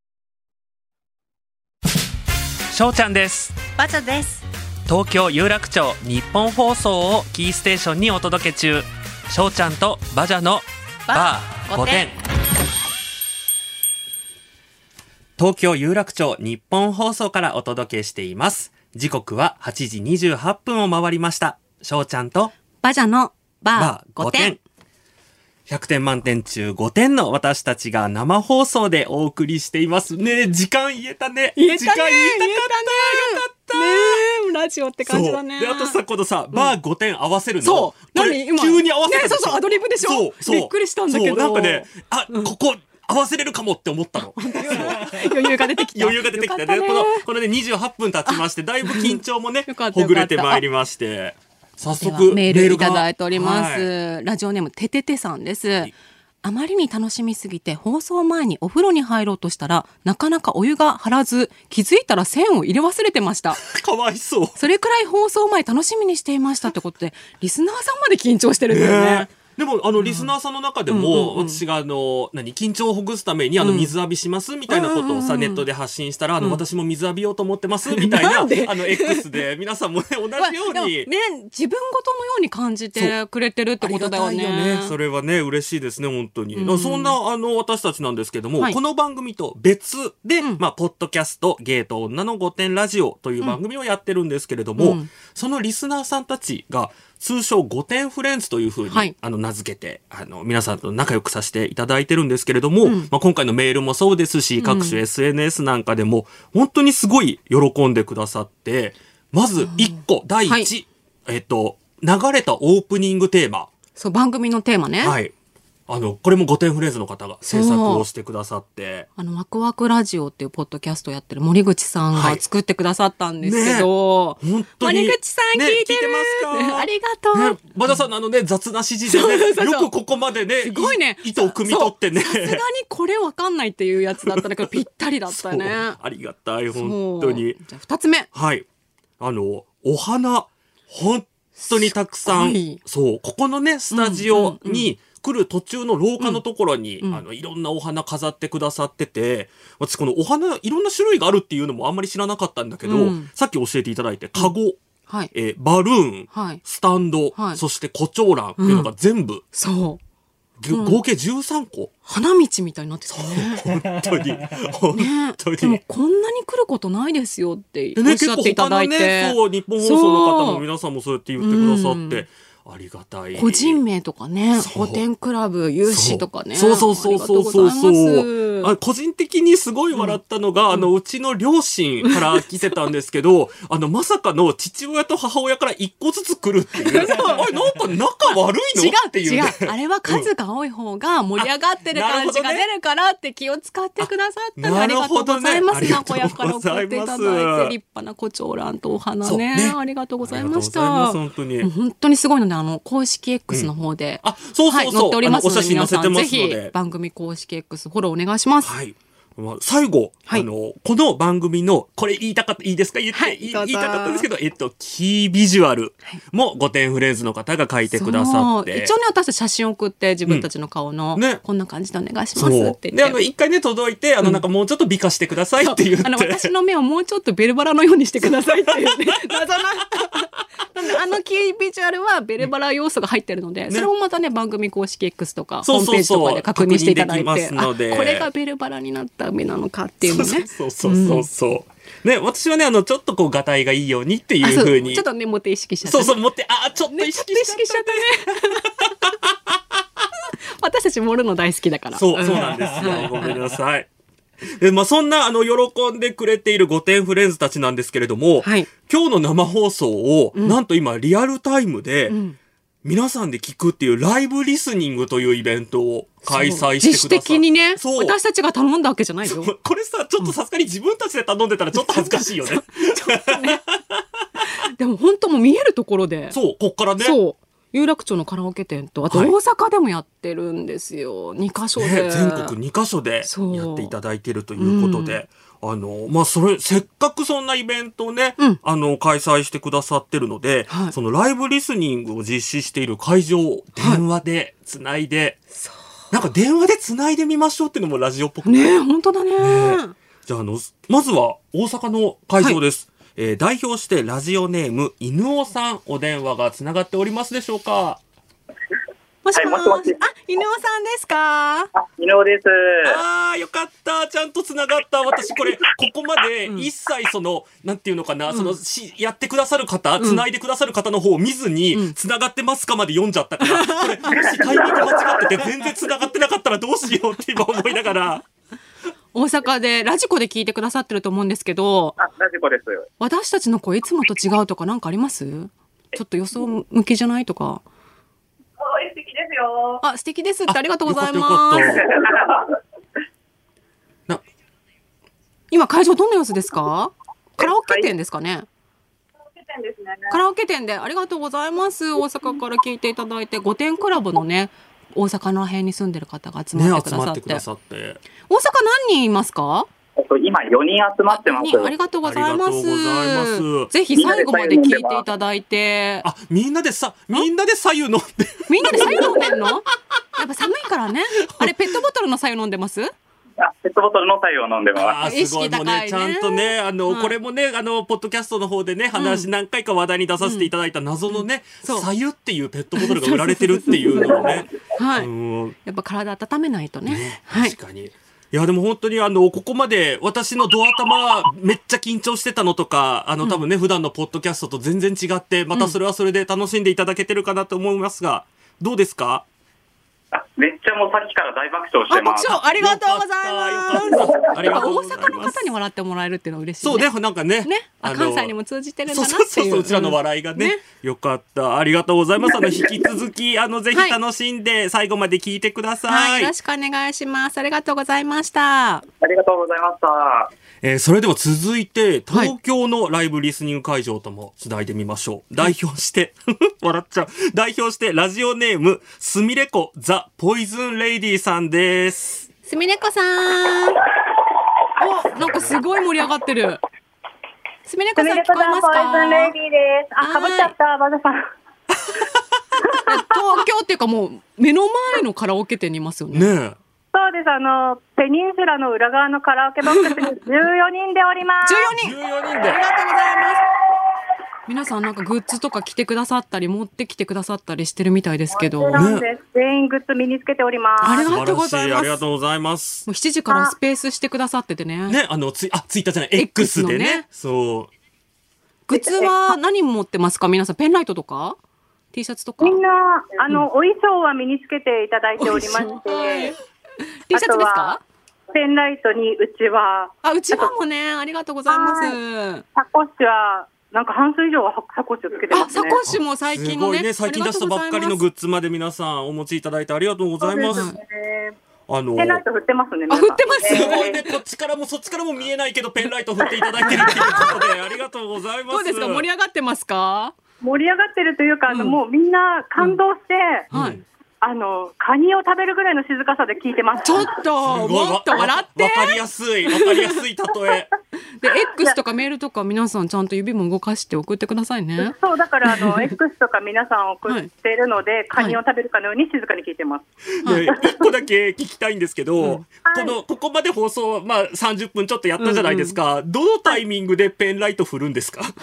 しょうちゃんです。 バチャです。 東京有楽町日本放送をキーステーションにお届け中、しょうちゃんとバジャのバー5点。東京有楽町日本放送からお届けしています。時刻は8時28分を回りました。しょうちゃんとバジャのバー5点。 100点満点中5点の私たちが生放送でお送りしていますね。時間言えたね。 言えたね。 時間言えたかった。 言えたね。ねえ、ラジオって感じだね。 で、あとさ、このさ、バー5点合わせるの。 そう。 何今急に合わせたでしょ。 ね、そう、アドリブでしょ。そう。びっくりしたんだけど。 なんかね、ここ合わせれるかもって思ったの。 余裕が出てきた。 余裕が出てきたね。このね、28分経ちまして、だいぶ緊張もね、ほぐれてまいりまして。早速メールいただいております。ラジオネームてててさんです。あまりに楽しみすぎて放送前にお風呂に入ろうとしたらなかなかお湯が張らず、気づいたら線を入れ忘れてました。 かわいそう。 それくらい放送前楽しみにしていましたってことで、リスナーさんまで緊張してるんだよね。 でもリスナーさんの中でも、私が緊張をほぐすために水浴びしますみたいなことをさ、ネットで発信したら、私も水浴びようと思ってますみたいなX で皆さんもね、同じようにね、自分ごとのように感じてくれてるってことだよね。 ありがたいよね。それはね、嬉しいですね、本当に。そんな私たちなんですけども、この番組と別で、ポッドキャストゲート女の御殿ラジオという番組をやってるんですけれども、そのリスナーさんたちが通称御殿フレンズというふうに、名付けて皆さんと仲良くさせていただいてるんですけれども、今回のメールもそうですし、各種 SNS なんかでも本当にすごい喜んでくださって、まず1個、第1、流れたオープニングテーマ。 そう、番組のテーマね。 はい。これも御殿フレンズの方が制作をしてくださって。 ワクワクラジオっていうポッドキャストをやってる森口さんが作ってくださったんですけど、 本当に森口さん聞いてますか？ありがとう。 バジャさんの雑な指示でね、よくここまでね、 すごいね、 糸を汲み取ってね。 さすがにこれわかんないっていうやつだったんだけど、ぴったりだったね。 ありがたい、本当に。 じゃあ2つ目。 はい。お花、本当にたくさん、そう、ここのね、スタジオに、来る途中の廊下のところに、いろんなお花飾ってくださってて、私このお花いろんな種類があるっていうのもあんまり知らなかったんだけど、さっき教えていただいて、カゴ、バルーン、スタンド、そして胡蝶蘭っていうのが全部、合計13個。 花道みたいになってたね。 本当に。本当に。 でもこんなに来ることないですよっておっしゃっていただいて。 そう、日本放送の方も皆さんもそうやって言ってくださって。ありがたい。 個人名とかね、御殿クラブ有志とかね。 そう。個人的にすごい笑ったのが、うちの両親から来てたんですけど、まさかの父親と母親から一個ずつ来るっていう。あれ、なんか仲悪いのっていう。 違う。あれは数が多い方が盛り上がってる感じが出るからって気を使ってくださったの。ありがとうございます。名古屋から送っていただいて、立派な胡蝶蘭とお花ね。ありがとうございました。本当にすごいので、公式 X の方で、載っておりますので、皆さんぜひ番組公式 X フォローお願いします。 はい。最後、この番組の、これ言いたかった、いいですか？言いたかったんですけど、キービジュアルも御殿フレンズの方が書いてくださって。 一応ね、私たち写真送って、自分たちの顔の、こんな感じでお願いしますって言って。 で、一回ね、届いて、なんかもうちょっと美化してくださいって言って。 私の目をもうちょっとベルバラのようにしてくださいっていうね、謎な。キービジュアルはベルバラ要素が入ってるので、それもまたね、番組公式 X とかホームページとかで確認していただいて、これがベルバラになった目なのかっていうのね。 そう。ね、私はね、ちょっとこう、がたいがいいようにっていう風に。 ちょっとね、モテ意識しちゃった。 ちょっと意識しちゃったね。 私たち盛るの大好きだから。 そうなんですよ。ごめんなさい。そんな喜んでくれている御殿フレンズたちなんですけれども、今日の生放送を、なんと今リアルタイムで皆さんで聞くっていうライブリスニングというイベントを開催してください。 自主的にね、私たちが頼んだわけじゃないよ。 これさ、ちょっとさすがに自分たちで頼んでたらちょっと恥ずかしいよね。 でも本当もう見えるところで。 そう、こっからね。 そう。有楽町のカラオケ店と、あと大阪でもやってるんですよ。2カ所で。 全国2カ所でやっていただいているということで。せっかくそんなイベントをね、開催してくださってるので、そのライブリスニングを実施している会場を電話でつないで、なんか電話でつないでみましょうっていうのもラジオっぽくね。本当だね。 じゃあまずは大阪の会場です。代表してラジオネーム犬尾さん、お電話がつながっておりますでしょうか？ もしもし、 もしもし。 犬尾さんですか？ 犬尾です。 よかった。ちゃんとつながった。私ここまで一切なんていうのかな、やってくださる方、つないでくださる方の方を見ずに、つながってますかまで読んじゃったから、これ、もしタイミング間違ってて全然つながってなかったらどうしようって今思いながら。 大阪でラジコで聞いてくださってると思うんですけど、 ラジコです。 私たちの声いつもと違うとか何かあります？ちょっと予想向きじゃないとか。 素敵ですよ。 素敵ですってありがとうございます。今会場どんな様子ですか？カラオケ店ですかね？カラオケ店でありがとうございます。大阪から聞いていただいて、御殿クラブのね、大阪の辺に住んでる方が集まってくださって、大阪何人いますか？ 今4人集まってます。 ありがとうございます。ぜひ最後まで聞いていただいて。 みんなで左右飲んで。 みんなで左右飲んでんの？やっぱ寒いからね。あれペットボトルの左右飲んでます？ ペットボトルの白湯を飲んでます。 すごいもうね、ちゃんとね、これもね、ポッドキャストの方でね、何回か話題に出させていただいた謎のね、白湯っていうペットボトルが売られてるっていうのをね。 やっぱ体温めないとね。 確かに。いやでも本当にここまで私のドア頭めっちゃ緊張してたのとか多分ね普段のポッドキャストと全然違ってまたそれはそれで楽しんでいただけてるかなと思いますが、どうですか？ めっちゃもうさっきから大爆笑してます。 ありがとうございます。 ありがとうございます。 大阪の方に笑ってもらえるっていうのは嬉しいね。 そうね、なんかね。 関西にも通じてるんだなっていう。 うちらの笑いがね。よかった。ありがとうございます。引き続き、ぜひ楽しんで最後まで聞いてください。 よろしくお願いします。ありがとうございました。 ありがとうございました。 それでは続いて、東京のライブリスニング会場ともつないでみましょう。代表して、笑っちゃう。代表して、ラジオネーム、すみれこザ・ポイズンレイディさんです。 すみれこさん。なんかすごい盛り上がってる。すみれこさん聞こえますか？ ポイズンレイディーです。かぶっちゃった、バザさん。 東京っていうかもう、目の前のカラオケ店にいますよね。 そうです。ペニンシュラの裏側のカラオケボックスに14人でおります。 14人で。ありがとうございます。皆さんなんかグッズとか着てくださったり持ってきてくださったりしてるみたいですけど。 全員グッズ身につけております。 ありがとうございます。 ありがとうございます。 もう7時からスペースしてくださっててね。 ツイッターじゃない X でね。そう。 グッズは何持ってますか？皆さんペンライトとか T シャツとか。 みんなお衣装は身につけていただいておりまして。 T シャツですか？ ペンライトにうちわ。 うちわもね、ありがとうございます。 サコッシュはなんか半数以上はサコッシュつけてますね。 サコッシュも最近のね。 すごいね、最近出したばっかりのグッズまで皆さんお持ちいただいてありがとうございます。 ペンライト振ってますね。 振ってます。 すごいね、こっちからもそっちからも見えないけどペンライト振っていただいてるっていうことでありがとうございます。 どうですか？盛り上がってますか？ 盛り上がってるというか、もうみんな感動して、カニを食べるぐらいの静かさで聞いてます。 ちょっともっと笑って。 わかりやすい例え。 で X とかメールとか皆さんちゃんと指も動かして送ってくださいね。 そうだからX とか皆さん送っているので、カニを食べるかのように静かに聞いてます。 一個だけ聞きたいんですけど、ここまで放送30分ちょっとやったじゃないですか。どのタイミングでペンライト振るんですか？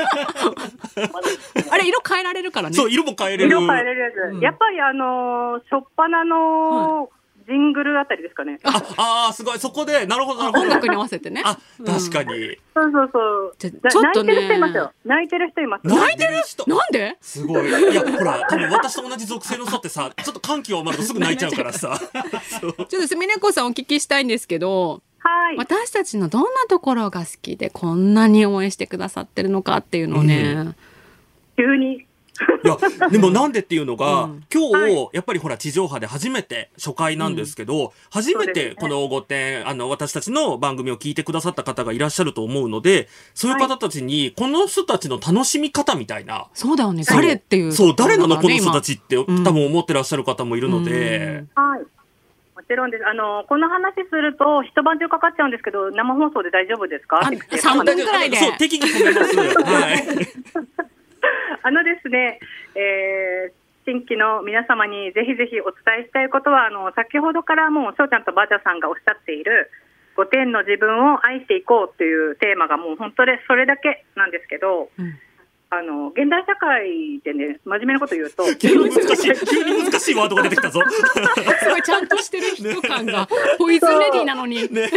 あれ色変えられるからね。 そう、色も変えれる。 色変えれるやつ。やっぱり初っ端のジングルあたりですかね。 すごい。そこで、なるほど。 音楽に合わせてね。 確かに。 そう。ちょっとね。泣いてる人います。 泣いてる人なんで？ すごい。いや、ほら、多分私と同じ属性の人ってさ、ちょっと感極まるとすぐ泣いちゃうからさ。 ちょっとすみねこさんお聞きしたいんですけど、私たちのどんなところが好きでこんなに応援してくださってるのかっていうのをね。 急に。 いやでもなんでっていうのが、今日やっぱりほら地上波で初めて初回なんですけど、初めてこの御殿私たちの番組を聞いてくださった方がいらっしゃると思うので、そういう方たちにこの人たちの楽しみ方みたいな、 そうだよね、誰っていう、 そう誰なのこの人たちって多分思ってらっしゃる方もいるので、 もちろんです。この話すると一晩中かかっちゃうんですけど、生放送で大丈夫ですか ？3分くらいで。 そう適宜止めます。はい。 ですね、新規の皆様にぜひぜひお伝えしたいことは、先ほどからもうしょうちゃんとばあちゃんさんがおっしゃっている御 5点の自分を愛していこうというテーマがもう本当でそれだけなんですけど、現代社会でね、真面目なこと言うと急に難しいワードが出てきたぞすごいちゃんとしてる人感がポイズンレディーなのに、ね、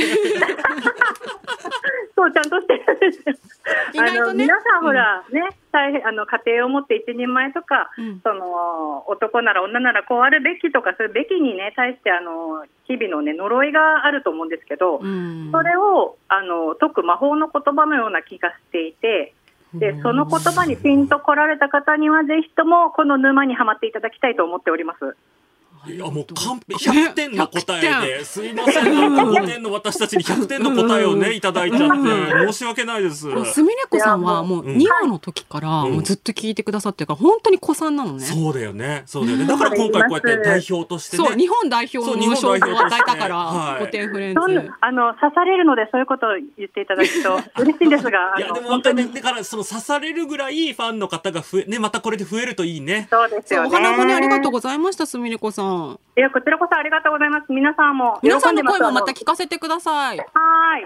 そうちゃんとしてるんですよ。 意外とね、 皆さんほら、ね、家庭を持って一人前とか、その男なら女ならこうあるべきとか、そういうべきにね対して日々のね呪いがあると思うんですけど、それを解く魔法の言葉のような気がしていて、でその言葉にピンと来られた方にはぜひともこの沼にはまっていただきたいと思っております。 いやもう完璧100点の答えですいません、なんか5点の私たちに100点の答えをねいただいちゃって申し訳ないです。 すみれこさんはもう2話の時からもうずっと聞いてくださってるから本当に子さんなのね。 そうだよね、そうだよね。だから今回こうやって代表としてね、 そう日本代表の称号を与えたから5点フレンズ刺されるのでそういうことを言っていただくと嬉しいんですがいやでも本当にだからその刺されるぐらいファンの方がねまたこれで増えるといいね。 そうですよね。 お花もねありがとうございましたすみれこさん。 いやこちらこそありがとうございます。皆さんも皆さんの声もまた聞かせてください。 はい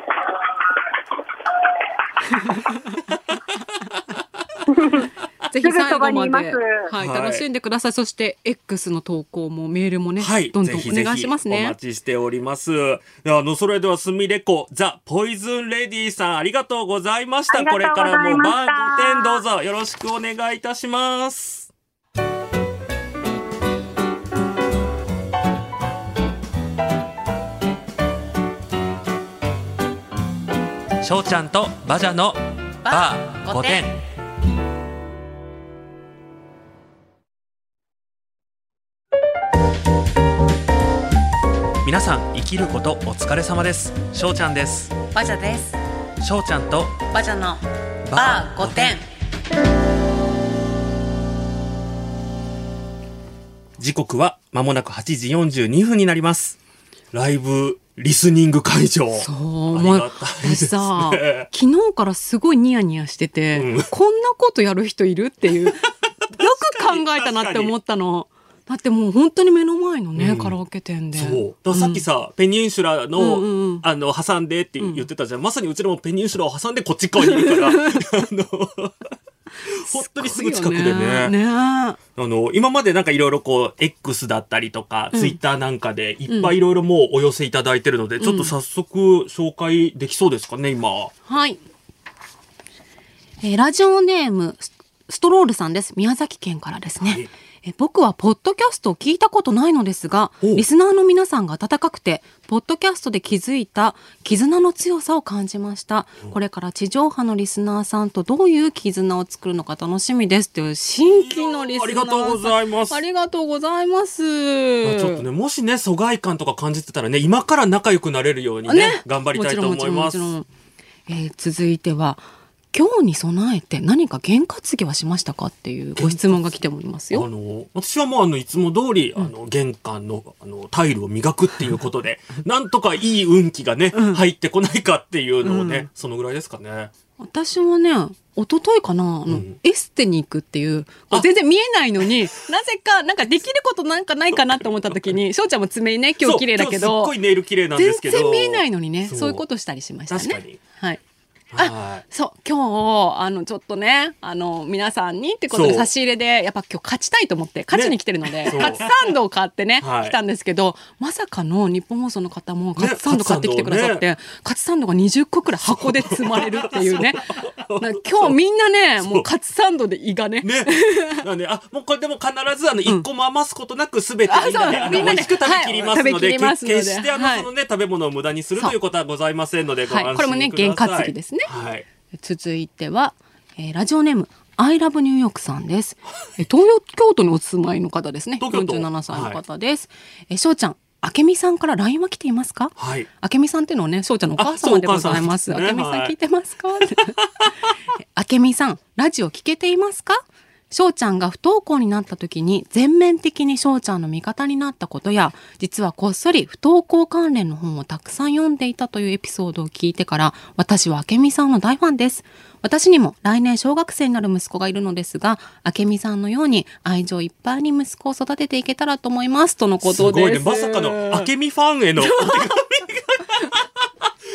ぜひ最後まで、楽しんでください。そして X の投稿もメールもね、どんどんお願いしますね。 お待ちしております。それではすみれこザ・ポイズンレディさんありがとうございました。これからもバー5点どうぞよろしくお願いいたします。しょうちゃんとバジャのバー5点。皆さん生きることお疲れ様です。しょうちゃんです。 バジャです。 しょうちゃんとバジャのバー5点。 時刻は間もなく8時42分になります。ライブリスニング会場。 そう、ありがたいですね。昨日からすごいニヤニヤしてて、こんなことやる人いるっていうよく考えたなって思ったの。だってもう本当に目の前のね、カラオケ店で。 そうださっきさ、ペニンシュラの、挟んでって言ってたじゃん。まさにうちらもペニンシュラを挟んでこっち側にいるから本当にすぐ近くでね。今までなんかいろいろこう X だったりとか、ツイッターなんかでいっぱいいろいろもうお寄せいただいてるので、ちょっと早速紹介できそうですかね今。 はい、ラジオネームストロールさんです。宮崎県からですね。はい、僕はポッドキャストを聞いたことないのですが、リスナーの皆さんが温かくてポッドキャストで築いた絆の強さを感じました。これから地上波のリスナーさんとどういう絆を作るのか楽しみですという新規のリスナーさん、 ありがとうございます。 ありがとうございます。 ちょっとねもしね疎外感とか感じてたらね今から仲良くなれるようにね頑張りたいと思います。 続いては今日に備えて何か験担ぎはしましたかっていうご質問が来ておりますよ。 私はもういつも通り玄関のタイルを磨くっていうことでなんとかいい運気がね、入ってこないかっていうのをね、そのぐらいですかね。 私はね一昨日かなエステに行くっていう全然見えないのになぜかなんかできることなんかないかなって思った時にしょうちゃんも爪ね今日綺麗だけどすっごいネイル綺麗なんですけど全然見えないのにねそういうことしたりしましたね。 確かに。 はい。そう今日ちょっとね皆さんにってことで差し入れでやっぱ今日勝ちたいと思って勝ちに来てるので、カツサンドを買ってね、来たんですけどまさかの日本放送の方もカツサンド買ってきてくださって、カツサンドが20個くらい箱で積まれるっていうね今日みんなねもうカツサンドで胃がねなんでもうこれでも必ず1個も余すことなく全てみんなで美味しく食べきりますので、決してそのね食べ物を無駄にするということはございませんのでご安心ください。 これもね験担ぎですね。続いては、ラジオネームアイラブニューヨークさんです。東京都にお住まいの方ですね。47歳の方です。しょうちゃんあけみさんから LINE は来ていますか。あけみさんっていうのはねしょうちゃんのお母様でございます。あけみさん聞いてますか。あけみさんラジオ聞けていますか。しょうちゃんが不登校になった時に全面的にしょうちゃんの味方になったことや実はこっそり不登校関連の本をたくさん読んでいたというエピソードを聞いてから私はあけみさんの大ファンです。私にも来年小学生になる息子がいるのですがあけみさんのように愛情いっぱいに息子を育てていけたらと思いますとのことです。 すごいねまさかのあけみファンへのお手紙が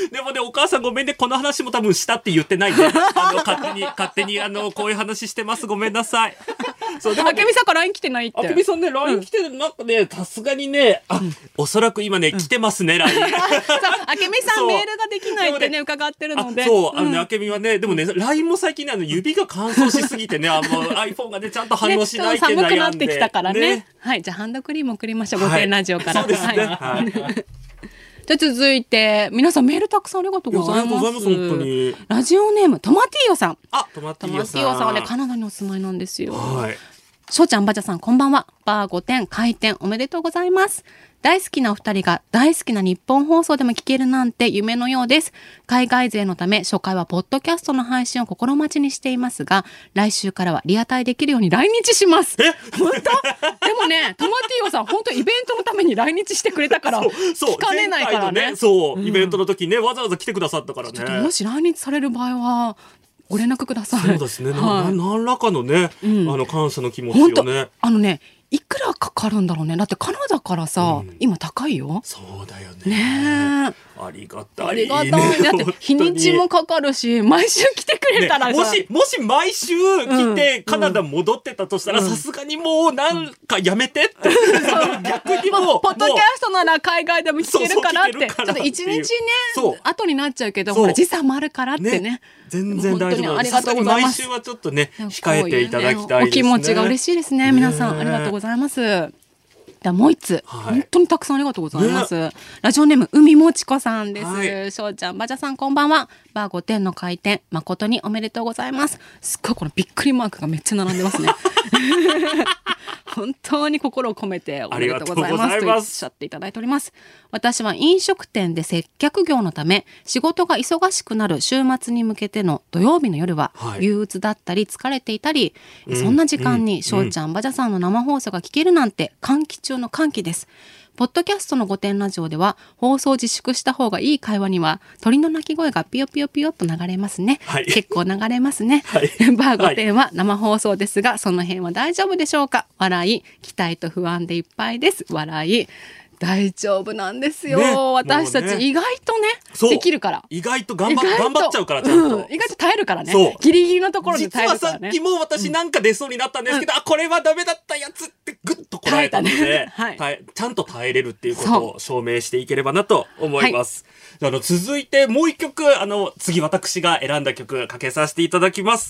お母さんごめんね、この話も多分したって言ってないんで、勝手にこういう話してます、ごめんなさい。そうでも、ね、 あけみさんから LINE 来てないって。 あけみさんね LINE 来てる、なんかねさすがにねおそらく今ね来てますね LINE。 あけみさんメールができないってね伺ってるので。 そうあけみはねでもね LINE も最近ね指が乾燥しすぎてねもう iPhone がねちゃんと反応しないって悩んで、 寒くなってきたからね。はい、じゃあハンドクリーム送りましょう、御殿ラジオから。 そうですね。はい。 じゃあ続いて皆さんメールたくさんありがとうございます。 本当に。 ラジオネームトマティーヨさん。 トマティーヨさんはねカナダにお住まいなんですよ。 はい。 しょうちゃんばじゃさんこんばんは。バー5点開店おめでとうございます。大好きなお二人が大好きな日本放送でも聞けるなんて夢のようです。海外勢のため初回はポッドキャストの配信を心待ちにしていますが、来週からはリアタイできるように来日します。本当？でもね、トマティーヨさん本当イベントのために来日してくれたから聞かねないからね。 イベントの時ねわざわざ来てくださったからね。 ちょっともし来日される場合はご連絡ください。 そうですね。何らかのね、感謝の気持ちをね。 いくらかかるんだろうね。だってカナダからさ、今高いよ。 そうだよね。 ねえ。 ありがたい。 ありがたい。だって日にちもかかるし、毎週来てくれたらさ、 もし毎週来てカナダ戻ってたとしたら、さすがにもうなんかやめてって。逆にもうポッドキャストなら海外でも聞けるからって、ちょっと一日ね後になっちゃうけど、ほら時差もあるからってね。 全然大丈夫。 ありがとうございます。 毎週はちょっとね控えていただきたいですね。 お気持ちが嬉しいですね。皆さんありがとうございます。ではもう一つ、本当にたくさんありがとうございます。ラジオネーム海もちこさんです。しょうちゃんばじゃさんこんばんは。バー5点の開店誠におめでとうございます。すっごいこのびっくりマークがめっちゃ並んでますね。本当に心を込めておめでとうございますとおっしゃっていただいております。私は飲食店で接客業のため仕事が忙しくなる週末に向けての土曜日の夜は憂鬱だったり疲れていたり、そんな時間にしょうちゃんばじゃさんの生放送が聞けるなんて歓喜中の歓喜です。ポッドキャストの御殿ラジオでは放送自粛した方がいい会話には鳥の鳴き声がピヨピヨピヨっと流れますね、結構流れますね、バー御殿は生放送ですが、その辺は大丈夫でしょうか。笑い、期待と不安でいっぱいです。笑い、大丈夫なんですよ、私たち意外とねできるから、 意外と頑張っちゃうから、ちゃんと、 意外と耐えるからね。ギリギリのところで耐えるからね。 実はさっきも私なんか出そうになったんですけど、これはダメだったやつってグッとこらえたので、ちゃんと耐えれるっていうことを証明していければなと思います。続いてもう一曲次私が選んだ曲かけさせていただきます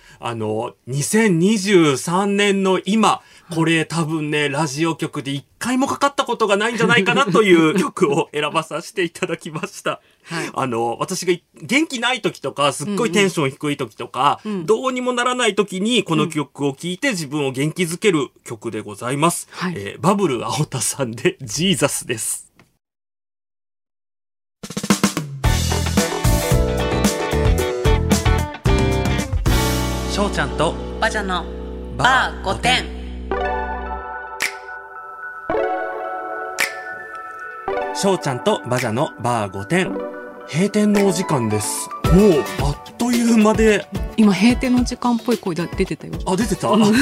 。2023年の今、これ多分ねラジオ局で一回もかかったことがないんじゃないかなという曲を選ばさせていただきました。私が元気ない時とかすっごいテンション低い時とか、どうにもならない時にこの曲を聴いて自分を元気づける曲でございます。バブル青田さんでジーザスです。しょうちゃんとバジャのバー5点。 しょうちゃんとバジャのバー5点、閉店のお時間です。もうあっという間で、 今閉店の時間っぽい声出てたよ。 出てた、なん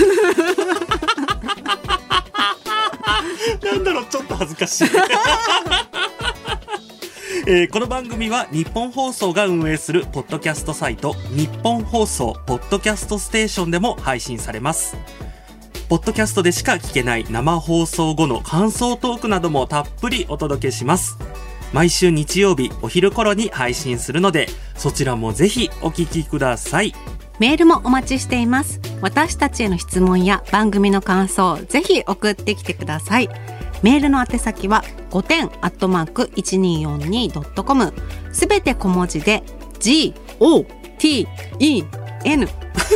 だろう、ちょっと恥ずかしい。この番組は日本放送が運営するポッドキャストサイト日本放送ポッドキャストステーションでも配信されます。ポッドキャストでしか聞けない生放送後の感想トークなどもたっぷりお届けします。毎週日曜日お昼頃に配信するので、そちらもぜひお聞きください。 メールもお待ちしています。私たちへの質問や番組の感想、ぜひ送ってきてください。メールの宛先は5点@1242.com、 すべて小文字で GOTEN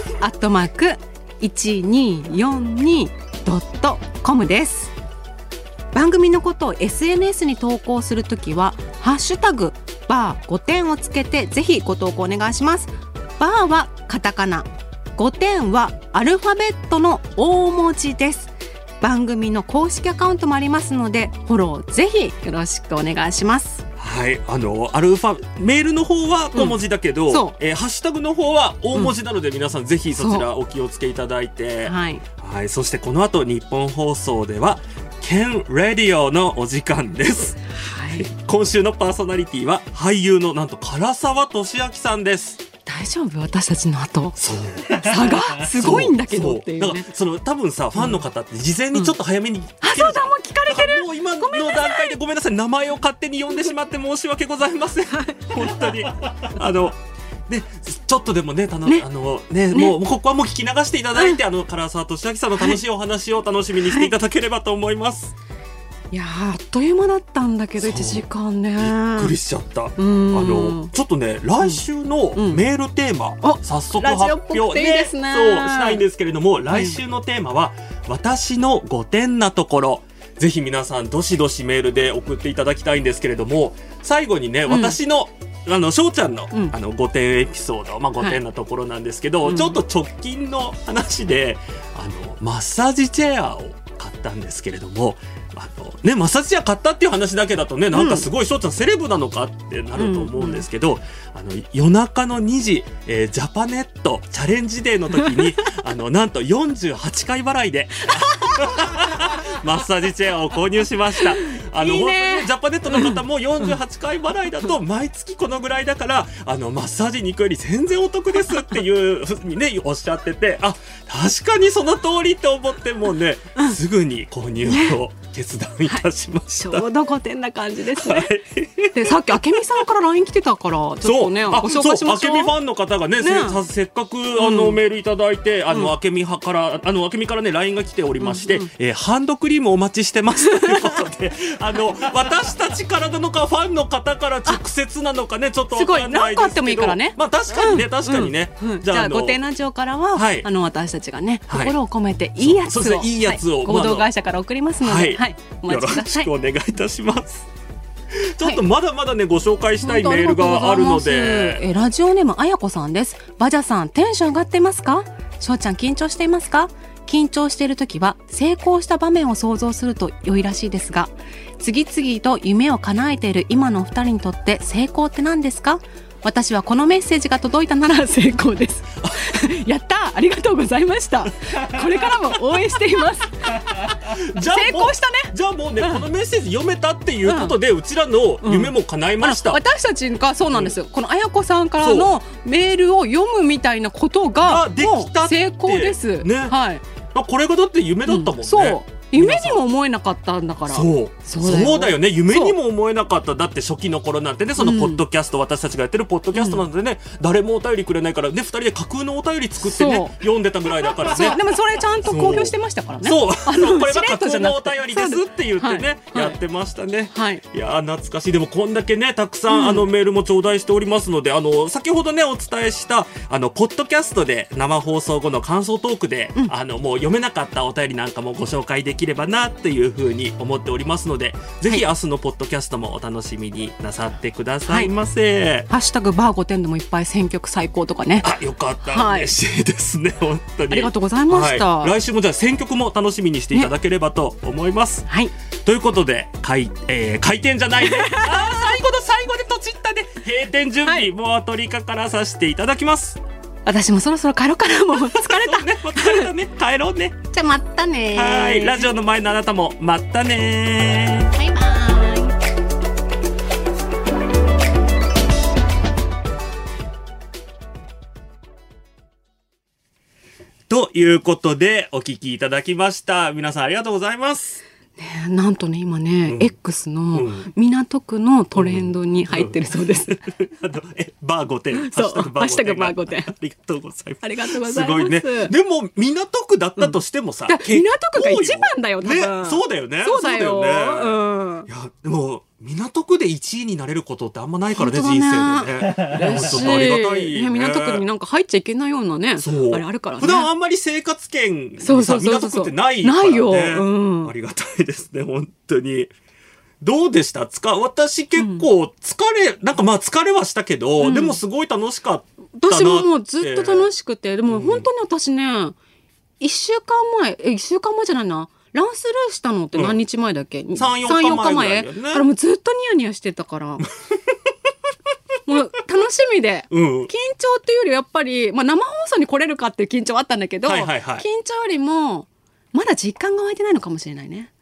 @1242.com です。番組のことを SNS に投稿するときはハッシュタグバー5点をつけてぜひご投稿お願いします。バーはカタカナ、5点はアルファベットの大文字です。番組の公式アカウントもありますのでフォローぜひよろしくお願いします。 はい、アルファメールの方は小文字だけど、ハッシュタグの方は大文字なので、皆さんぜひそちらお気をつけいただいて、そしてこの後日本放送ではケンラディオのお時間です、はい、今週のパーソナリティは俳優のなんと唐沢寿明さんです。 大丈夫？私たちの後差がすごいんだけどっていうね。 だから多分さ、ファンの方って事前にちょっと早めに、 そうだ、もう聞かれてる。 もう今の段階でごめんなさい、名前を勝手に呼んでしまって申し訳ございません本当にね、ちょっとでもね、もうここはもう聞き流していただいて、唐沢寿明さんの楽しいお話を楽しみにしていただければと思います。 いやあっという間だったんだけど1時間ね、 びっくりしちゃった。ちょっとね、来週のメールテーマ、早速発表ね、したいんですけれども、来週のテーマは私の5点なところ。ぜひ皆さんどしどしメールで送っていただきたいんですけれども、最後にね、私の翔ちゃんの、5点エピソード、5点なところなんですけど、ちょっと直近の話でマッサージチェアを買ったんですけれども、マッサージチェア買ったっていう話だけだとね、なんかすごい翔ちゃんセレブなのかってなると思うんですけど、夜中の2時、ジャパネットチャレンジデーの時になんと48回払いでマッサージチェアを購入しました。いいね。本当にジャパネットの方も48回払いだと毎月このぐらいだからマッサージに行くより全然お得ですっていうふうにねおっしゃってて、確かにその通りって思って、もうね、すぐに購入を決断いたしました、 ちょうど5点な感じですね、でさっきあけみさんから LINE 来てたからちょっとねご紹介しましょう。 あけみファンの方がね、せっかくメールいただいて、あけみからね LINE が来ておりまして、ハンドクリームお待ちしてますということで私たちからなのかファンの方から直接なのかね、ちょっと分かんないですけど、すごい何個あってもいいからね、確かにね、確かにね、 じゃあ5点ラジオからは、私たちがね心を込めていいやつを、 いいやつを合同会社から送りますので、お待ちください。 よろしくお願いいたします。ちょっとまだまだねご紹介したいメールがあるので、 ラジオネームあやこさんです。バジャさん、テンション上がってますか？しょうちゃん緊張していますか？緊張しているときは成功した場面を想像すると良いらしいですが、次々と夢を叶えている今のお二人にとって成功って何ですか？私はこのメッセージが届いたなら成功ですやったー、ありがとうございました。これからも応援しています成功したね。 じゃあもうね、このメッセージ読めたっていうことで、うちらの夢も叶いました。 私たちがそうなんですよ、このあやこさんからのメールを読むみたいなことができたって成功ですね。はい、 これがだって夢だったもんね、 そう夢にも思えなかったんだから。 そうだよね、夢にも思えなかった。だって初期の頃なんてね、そのポッドキャスト、私たちがやってるポッドキャストなんでね、誰もお便りくれないからね、2人で架空のお便り作ってね読んでたぐらいだからね。 でもそれちゃんと公表してましたからね。 これは架空のお便りですって言ってね、やってましたね。いや懐かしい。でもこんだけねたくさんメールも頂戴しておりますので、先ほどねお伝えしたポッドキャストで生放送後の感想トークで、もう読めなかったお便りなんかもご紹介できればなっていうふうに思っておりますので、ぜひ明日のポッドキャストもお楽しみになさってくださいませ。 ハッシュタグバー5点でもいっぱい選曲最高とかね。 よかった、嬉しいですね、本当にありがとうございました、 来週もじゃあ選曲も楽しみにしていただければと思います、ということで開店じゃないね最後の最後でとちったね、閉店準備、もう取り掛からさせていただきます。 私もそろそろ帰ろうかな、もう疲れた疲れたね、帰ろうね。 じゃあまたね。 ラジオの前のあなたもまたね。 バイバイ。 ということでお聞きいただきました。皆さんありがとうございます。 なんとね今ね、X の港区のトレンドに入ってるそうです、 バー5点、 そうハッシュタグバー5点、 ありがとうございます。 ありがとうございます。 すごいね。でも港区だったとしてもさ、 港区が一番だよ多分。 そうだよね。 そうだよね。 いやでも港区で1位になれることってあんまないからね、人生でね。 嬉しい。 ありがたいね。 港区になんか入っちゃいけないようなね、あれあるからね。 普段あんまり生活圏にさ港区ってないからね。ないよ。ありがたいですね、本当に。どうでした？私結構疲れはしたけど、でもすごい楽しかったなって。 私ももうずっと楽しくて、でも本当に私ね、1週間前じゃないな。ランスルーしたのって何日前だっけ？ 3,4 日前。だからもうずっとニヤニヤしてたから。もう楽しみで、緊張っていうよりやっぱり、生放送に来れるかっていう緊張はあったんだけど、緊張よりもまだ実感が湧いてないのかもしれないね。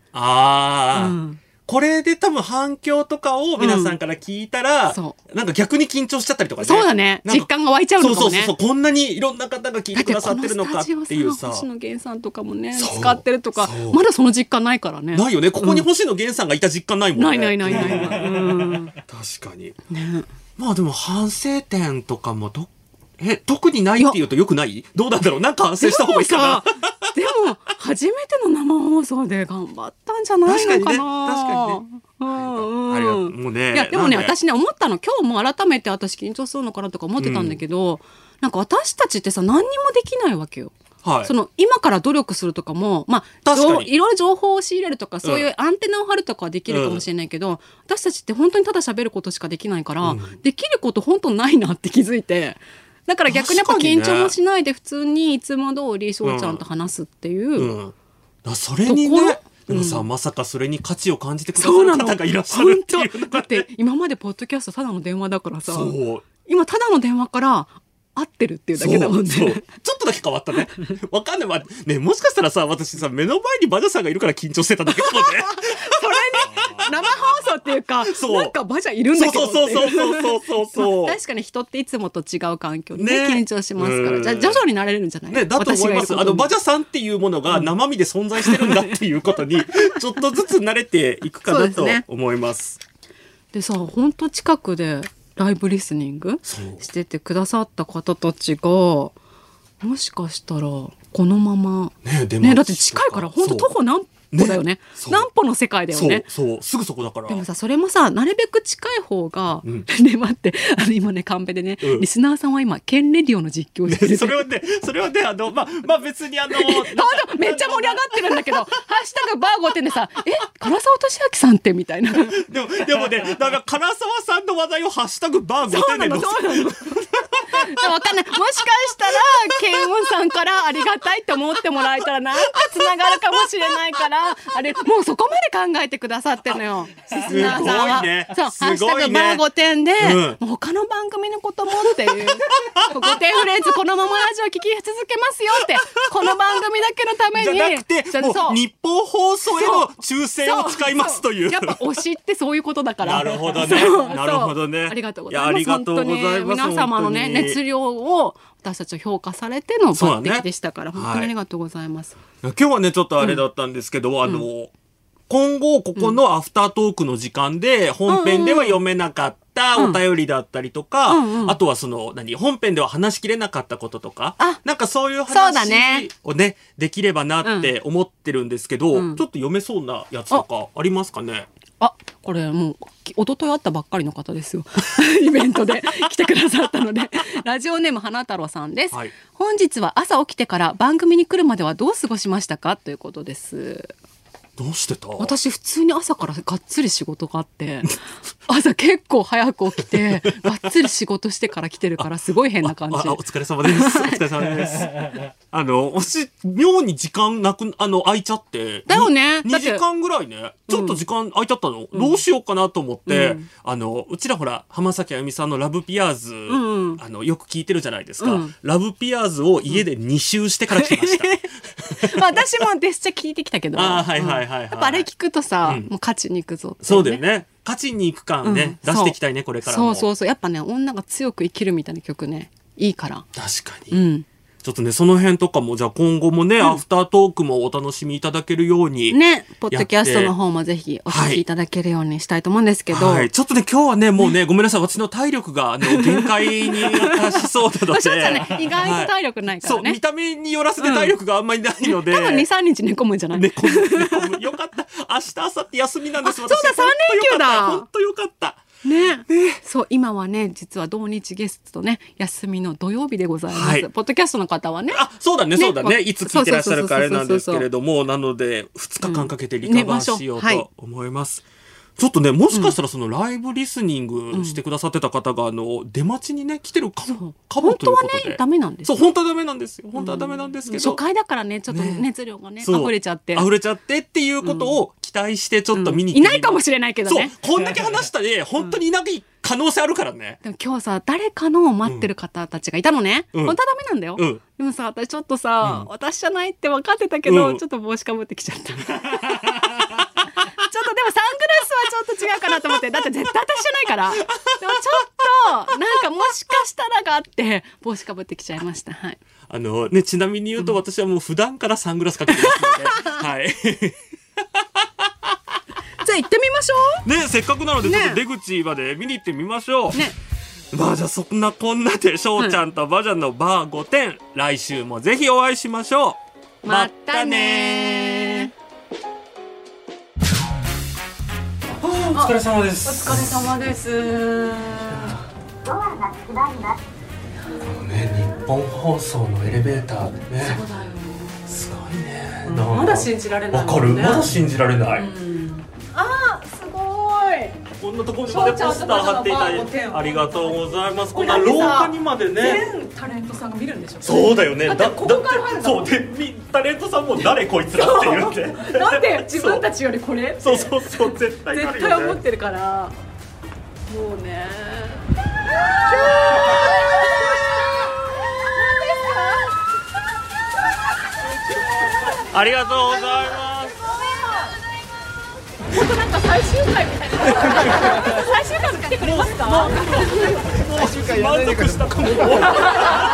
これで多分反響とかを皆さんから聞いたら、なんか逆に緊張しちゃったりとかね。 そうだね。実感が湧いちゃうのかもね。 そうこんなにいろんな方が聞いてくださってるのかっていうさ。 星野源さんとかもね使ってるとか、まだその実感ないからね。 ないよね。ここに星野源さんがいた実感ないもんね。 ない。 確かに。まあでも反省点とかも特にないっていうとよくない？どうなんだろう。なんか反省した方がいいかな。 でも初めての生放送で頑張ったんじゃないのかな。 確かにね。あれはもうね。 いやでもね、私ね思ったの、今日も改めて私緊張するのかなとか思ってたんだけど、なんか私たちってさ、何にもできないわけよ。その今から努力するとかも、まあいろいろ情報を仕入れるとか、そういうアンテナを張るとかはできるかもしれないけど、私たちって本当にただ喋ることしかできないから、できること本当ないなって気づいて。だから逆にやっぱ緊張もしないで普通にいつも通り翔ちゃんと話すっていう、 それにね、でもさ、まさかそれに価値を感じてくださる方がいらっしゃるっていうのが、 だって今までポッドキャストただの電話だからさ、今ただの電話から合ってるっていうだけだもんね。 ちょっとだけ変わったね。わかんないね。もしかしたらさ、私さ、目の前にバジャさんがいるから緊張してただけかもね。 それに生放送っていうか、なんかバジャいるんだけどっていう。そう。確かに人っていつもと違う環境で緊張しますから、じゃあ徐々になれるんじゃない？ ね、だと思います。バジャさんっていうものが生身で存在してるんだっていうことにちょっとずつ慣れていくかなと思います。 でさ、本当近くでライブリスニングしててくださった方たちが、もしかしたらこのままね、だって近いから本当徒歩何歩だよね。何歩の世界だよね。 そうすぐそこだから。 でもさ、それもさ、なるべく近い方が、ね、待って、今ねカンペでね、リスナーさんは今ケンレディオの実況をしてる。 それはねまあ別に本当めっちゃ盛り上がってるんだけど、ハッシュタグバーゴテンでさ、唐沢俊明さんってみたいな。でもね、なんか唐沢さんの話題をハッシュタグバーゴテンで載せて。 わかんない。もしかしたらケンウンさんからありがたいって思ってもらえたらなんかつながるかもしれないから、あれもうそこまで考えてくださってるのよ、リスナーさんは。そう、ハッシュタグバー5点で、もう他の番組のこともっていう5点フレーズ、このままラジオ聞き続けますよって、この番組だけのためにじゃなくて、もう日本放送への忠誠を使いますという。 やっぱ推しってそういうことだから。 なるほどね。 ありがとうございます。 ありがとうございます。 皆様のね熱量を私たちを評価されての抜擢でしたから、本当にありがとうございます。 今日はねちょっとあれだったんですけど、今後ここのアフタートークの時間で本編では読めなかったお便りだったりとか、あとはその本編では話しきれなかったこととか、なんかそういう話をねできればなって思ってるんですけど、ちょっと読めそうなやつとかありますかね？ これもう一昨日会ったばっかりの方ですよ。イベントで来てくださったので。ラジオネーム花太郎さんです。本日は朝起きてから番組に来るまではどう過ごしましたかということです。 どうしてた？ 私普通に朝からがっつり仕事があって朝結構早く起きてがっつり仕事してから来てるからすごい変な感じ。 お疲れ様です。お疲れ様です。私妙に時間なく空いちゃってだよね。 2時間ぐらいねちょっと時間空いちゃったの、どうしようかなと思って、うちらほら浜崎あゆみさんのラブピアーズ、よく聞いてるじゃないですか、ラブピアーズを家で2周してから来ました、 私もめっちゃ聞いてきたけど、やっぱあれ聞くとさ、もう勝ちに行くぞって、ね、 そうだよね。勝ちに行く感ね、出していきたいねこれからも。 そうやっぱね女が強く生きるみたいな曲ねいいから。 確かに、ちょっとねその辺とかもじゃあ今後もね、アフタートークもお楽しみいただけるようにね、ポッドキャストの方もぜひお聞きいただけるようにしたいと思うんですけど、 ちょっとね今日はねもうねごめんなさい、私の体力が限界に達しそうなのでそうじゃね、意外と体力ないからね、 そう見た目によらせて体力があんまりないので、 多分 2,3 日寝込むんじゃない？ 寝込むよかった。明日明後日休みなんです。 そうだ、3連休だ。 本当よかったね、そう今はね実は同日ゲストとね休みの土曜日でございます、ポッドキャストの方はね、 そうだねいつ聞いてらっしゃるかあれなんですけれども、なので2日間かけてリカバーしようと思います。ちょっとねもしかしたらそのライブリスニングしてくださってた方が出待ちにね来てるかもということで、 本当はねダメなんです。 本当はダメなんですよ。本当はダメなんですけど、 初回だからねちょっと熱量がね溢れちゃってっていうことを期待してちょっと見にいないかもしれないけどね。 こんだけ話したで本当にいない可能性あるからね。 でも今日さ誰かの待ってる方たちがいたのね、本当はダメなんだよ、でもさ私ちょっとさ、私じゃないって分かってたけど、ちょっと帽子かぶってきちゃったでもサングラスはちょっと違うかなと思って、だって絶対私じゃないから。でもちょっとなんかもしかしたらがあって帽子かぶってきちゃいました。はい。 ね、ちなみに言うと私はもう普段からサングラスかけてますので、はい。 じゃあ行ってみましょう。 ね、せっかくなのでちょっと出口まで見に行ってみましょう。ね。まあじゃあそんなこんなでしょうちゃんとバジャンのバー5点、来週もぜひお会いしましょう。 またねお疲れ様です。 お疲れ様です。 ドアが閉まります。 ね、日本放送のエレベーターでね。 そうだよ。 すごいね。 まだ信じられないもんね。わかる。まだ信じられない。 あ、すごい。 こんなところにまでポスター貼っていただいてありがとうございます。こんな廊下にまでね。 全タレントさんが見るんでしょ。 そうだよね。 だってここから入るんだもん。 そうで、タレントさんも誰こいつらって言って。 なんで自分たちよりこれ？ そう絶対思ってるから。もうね。 ありがとうございます。 本当なんか最終回みたいな。最終回も来てくれますか？ 満足したかも。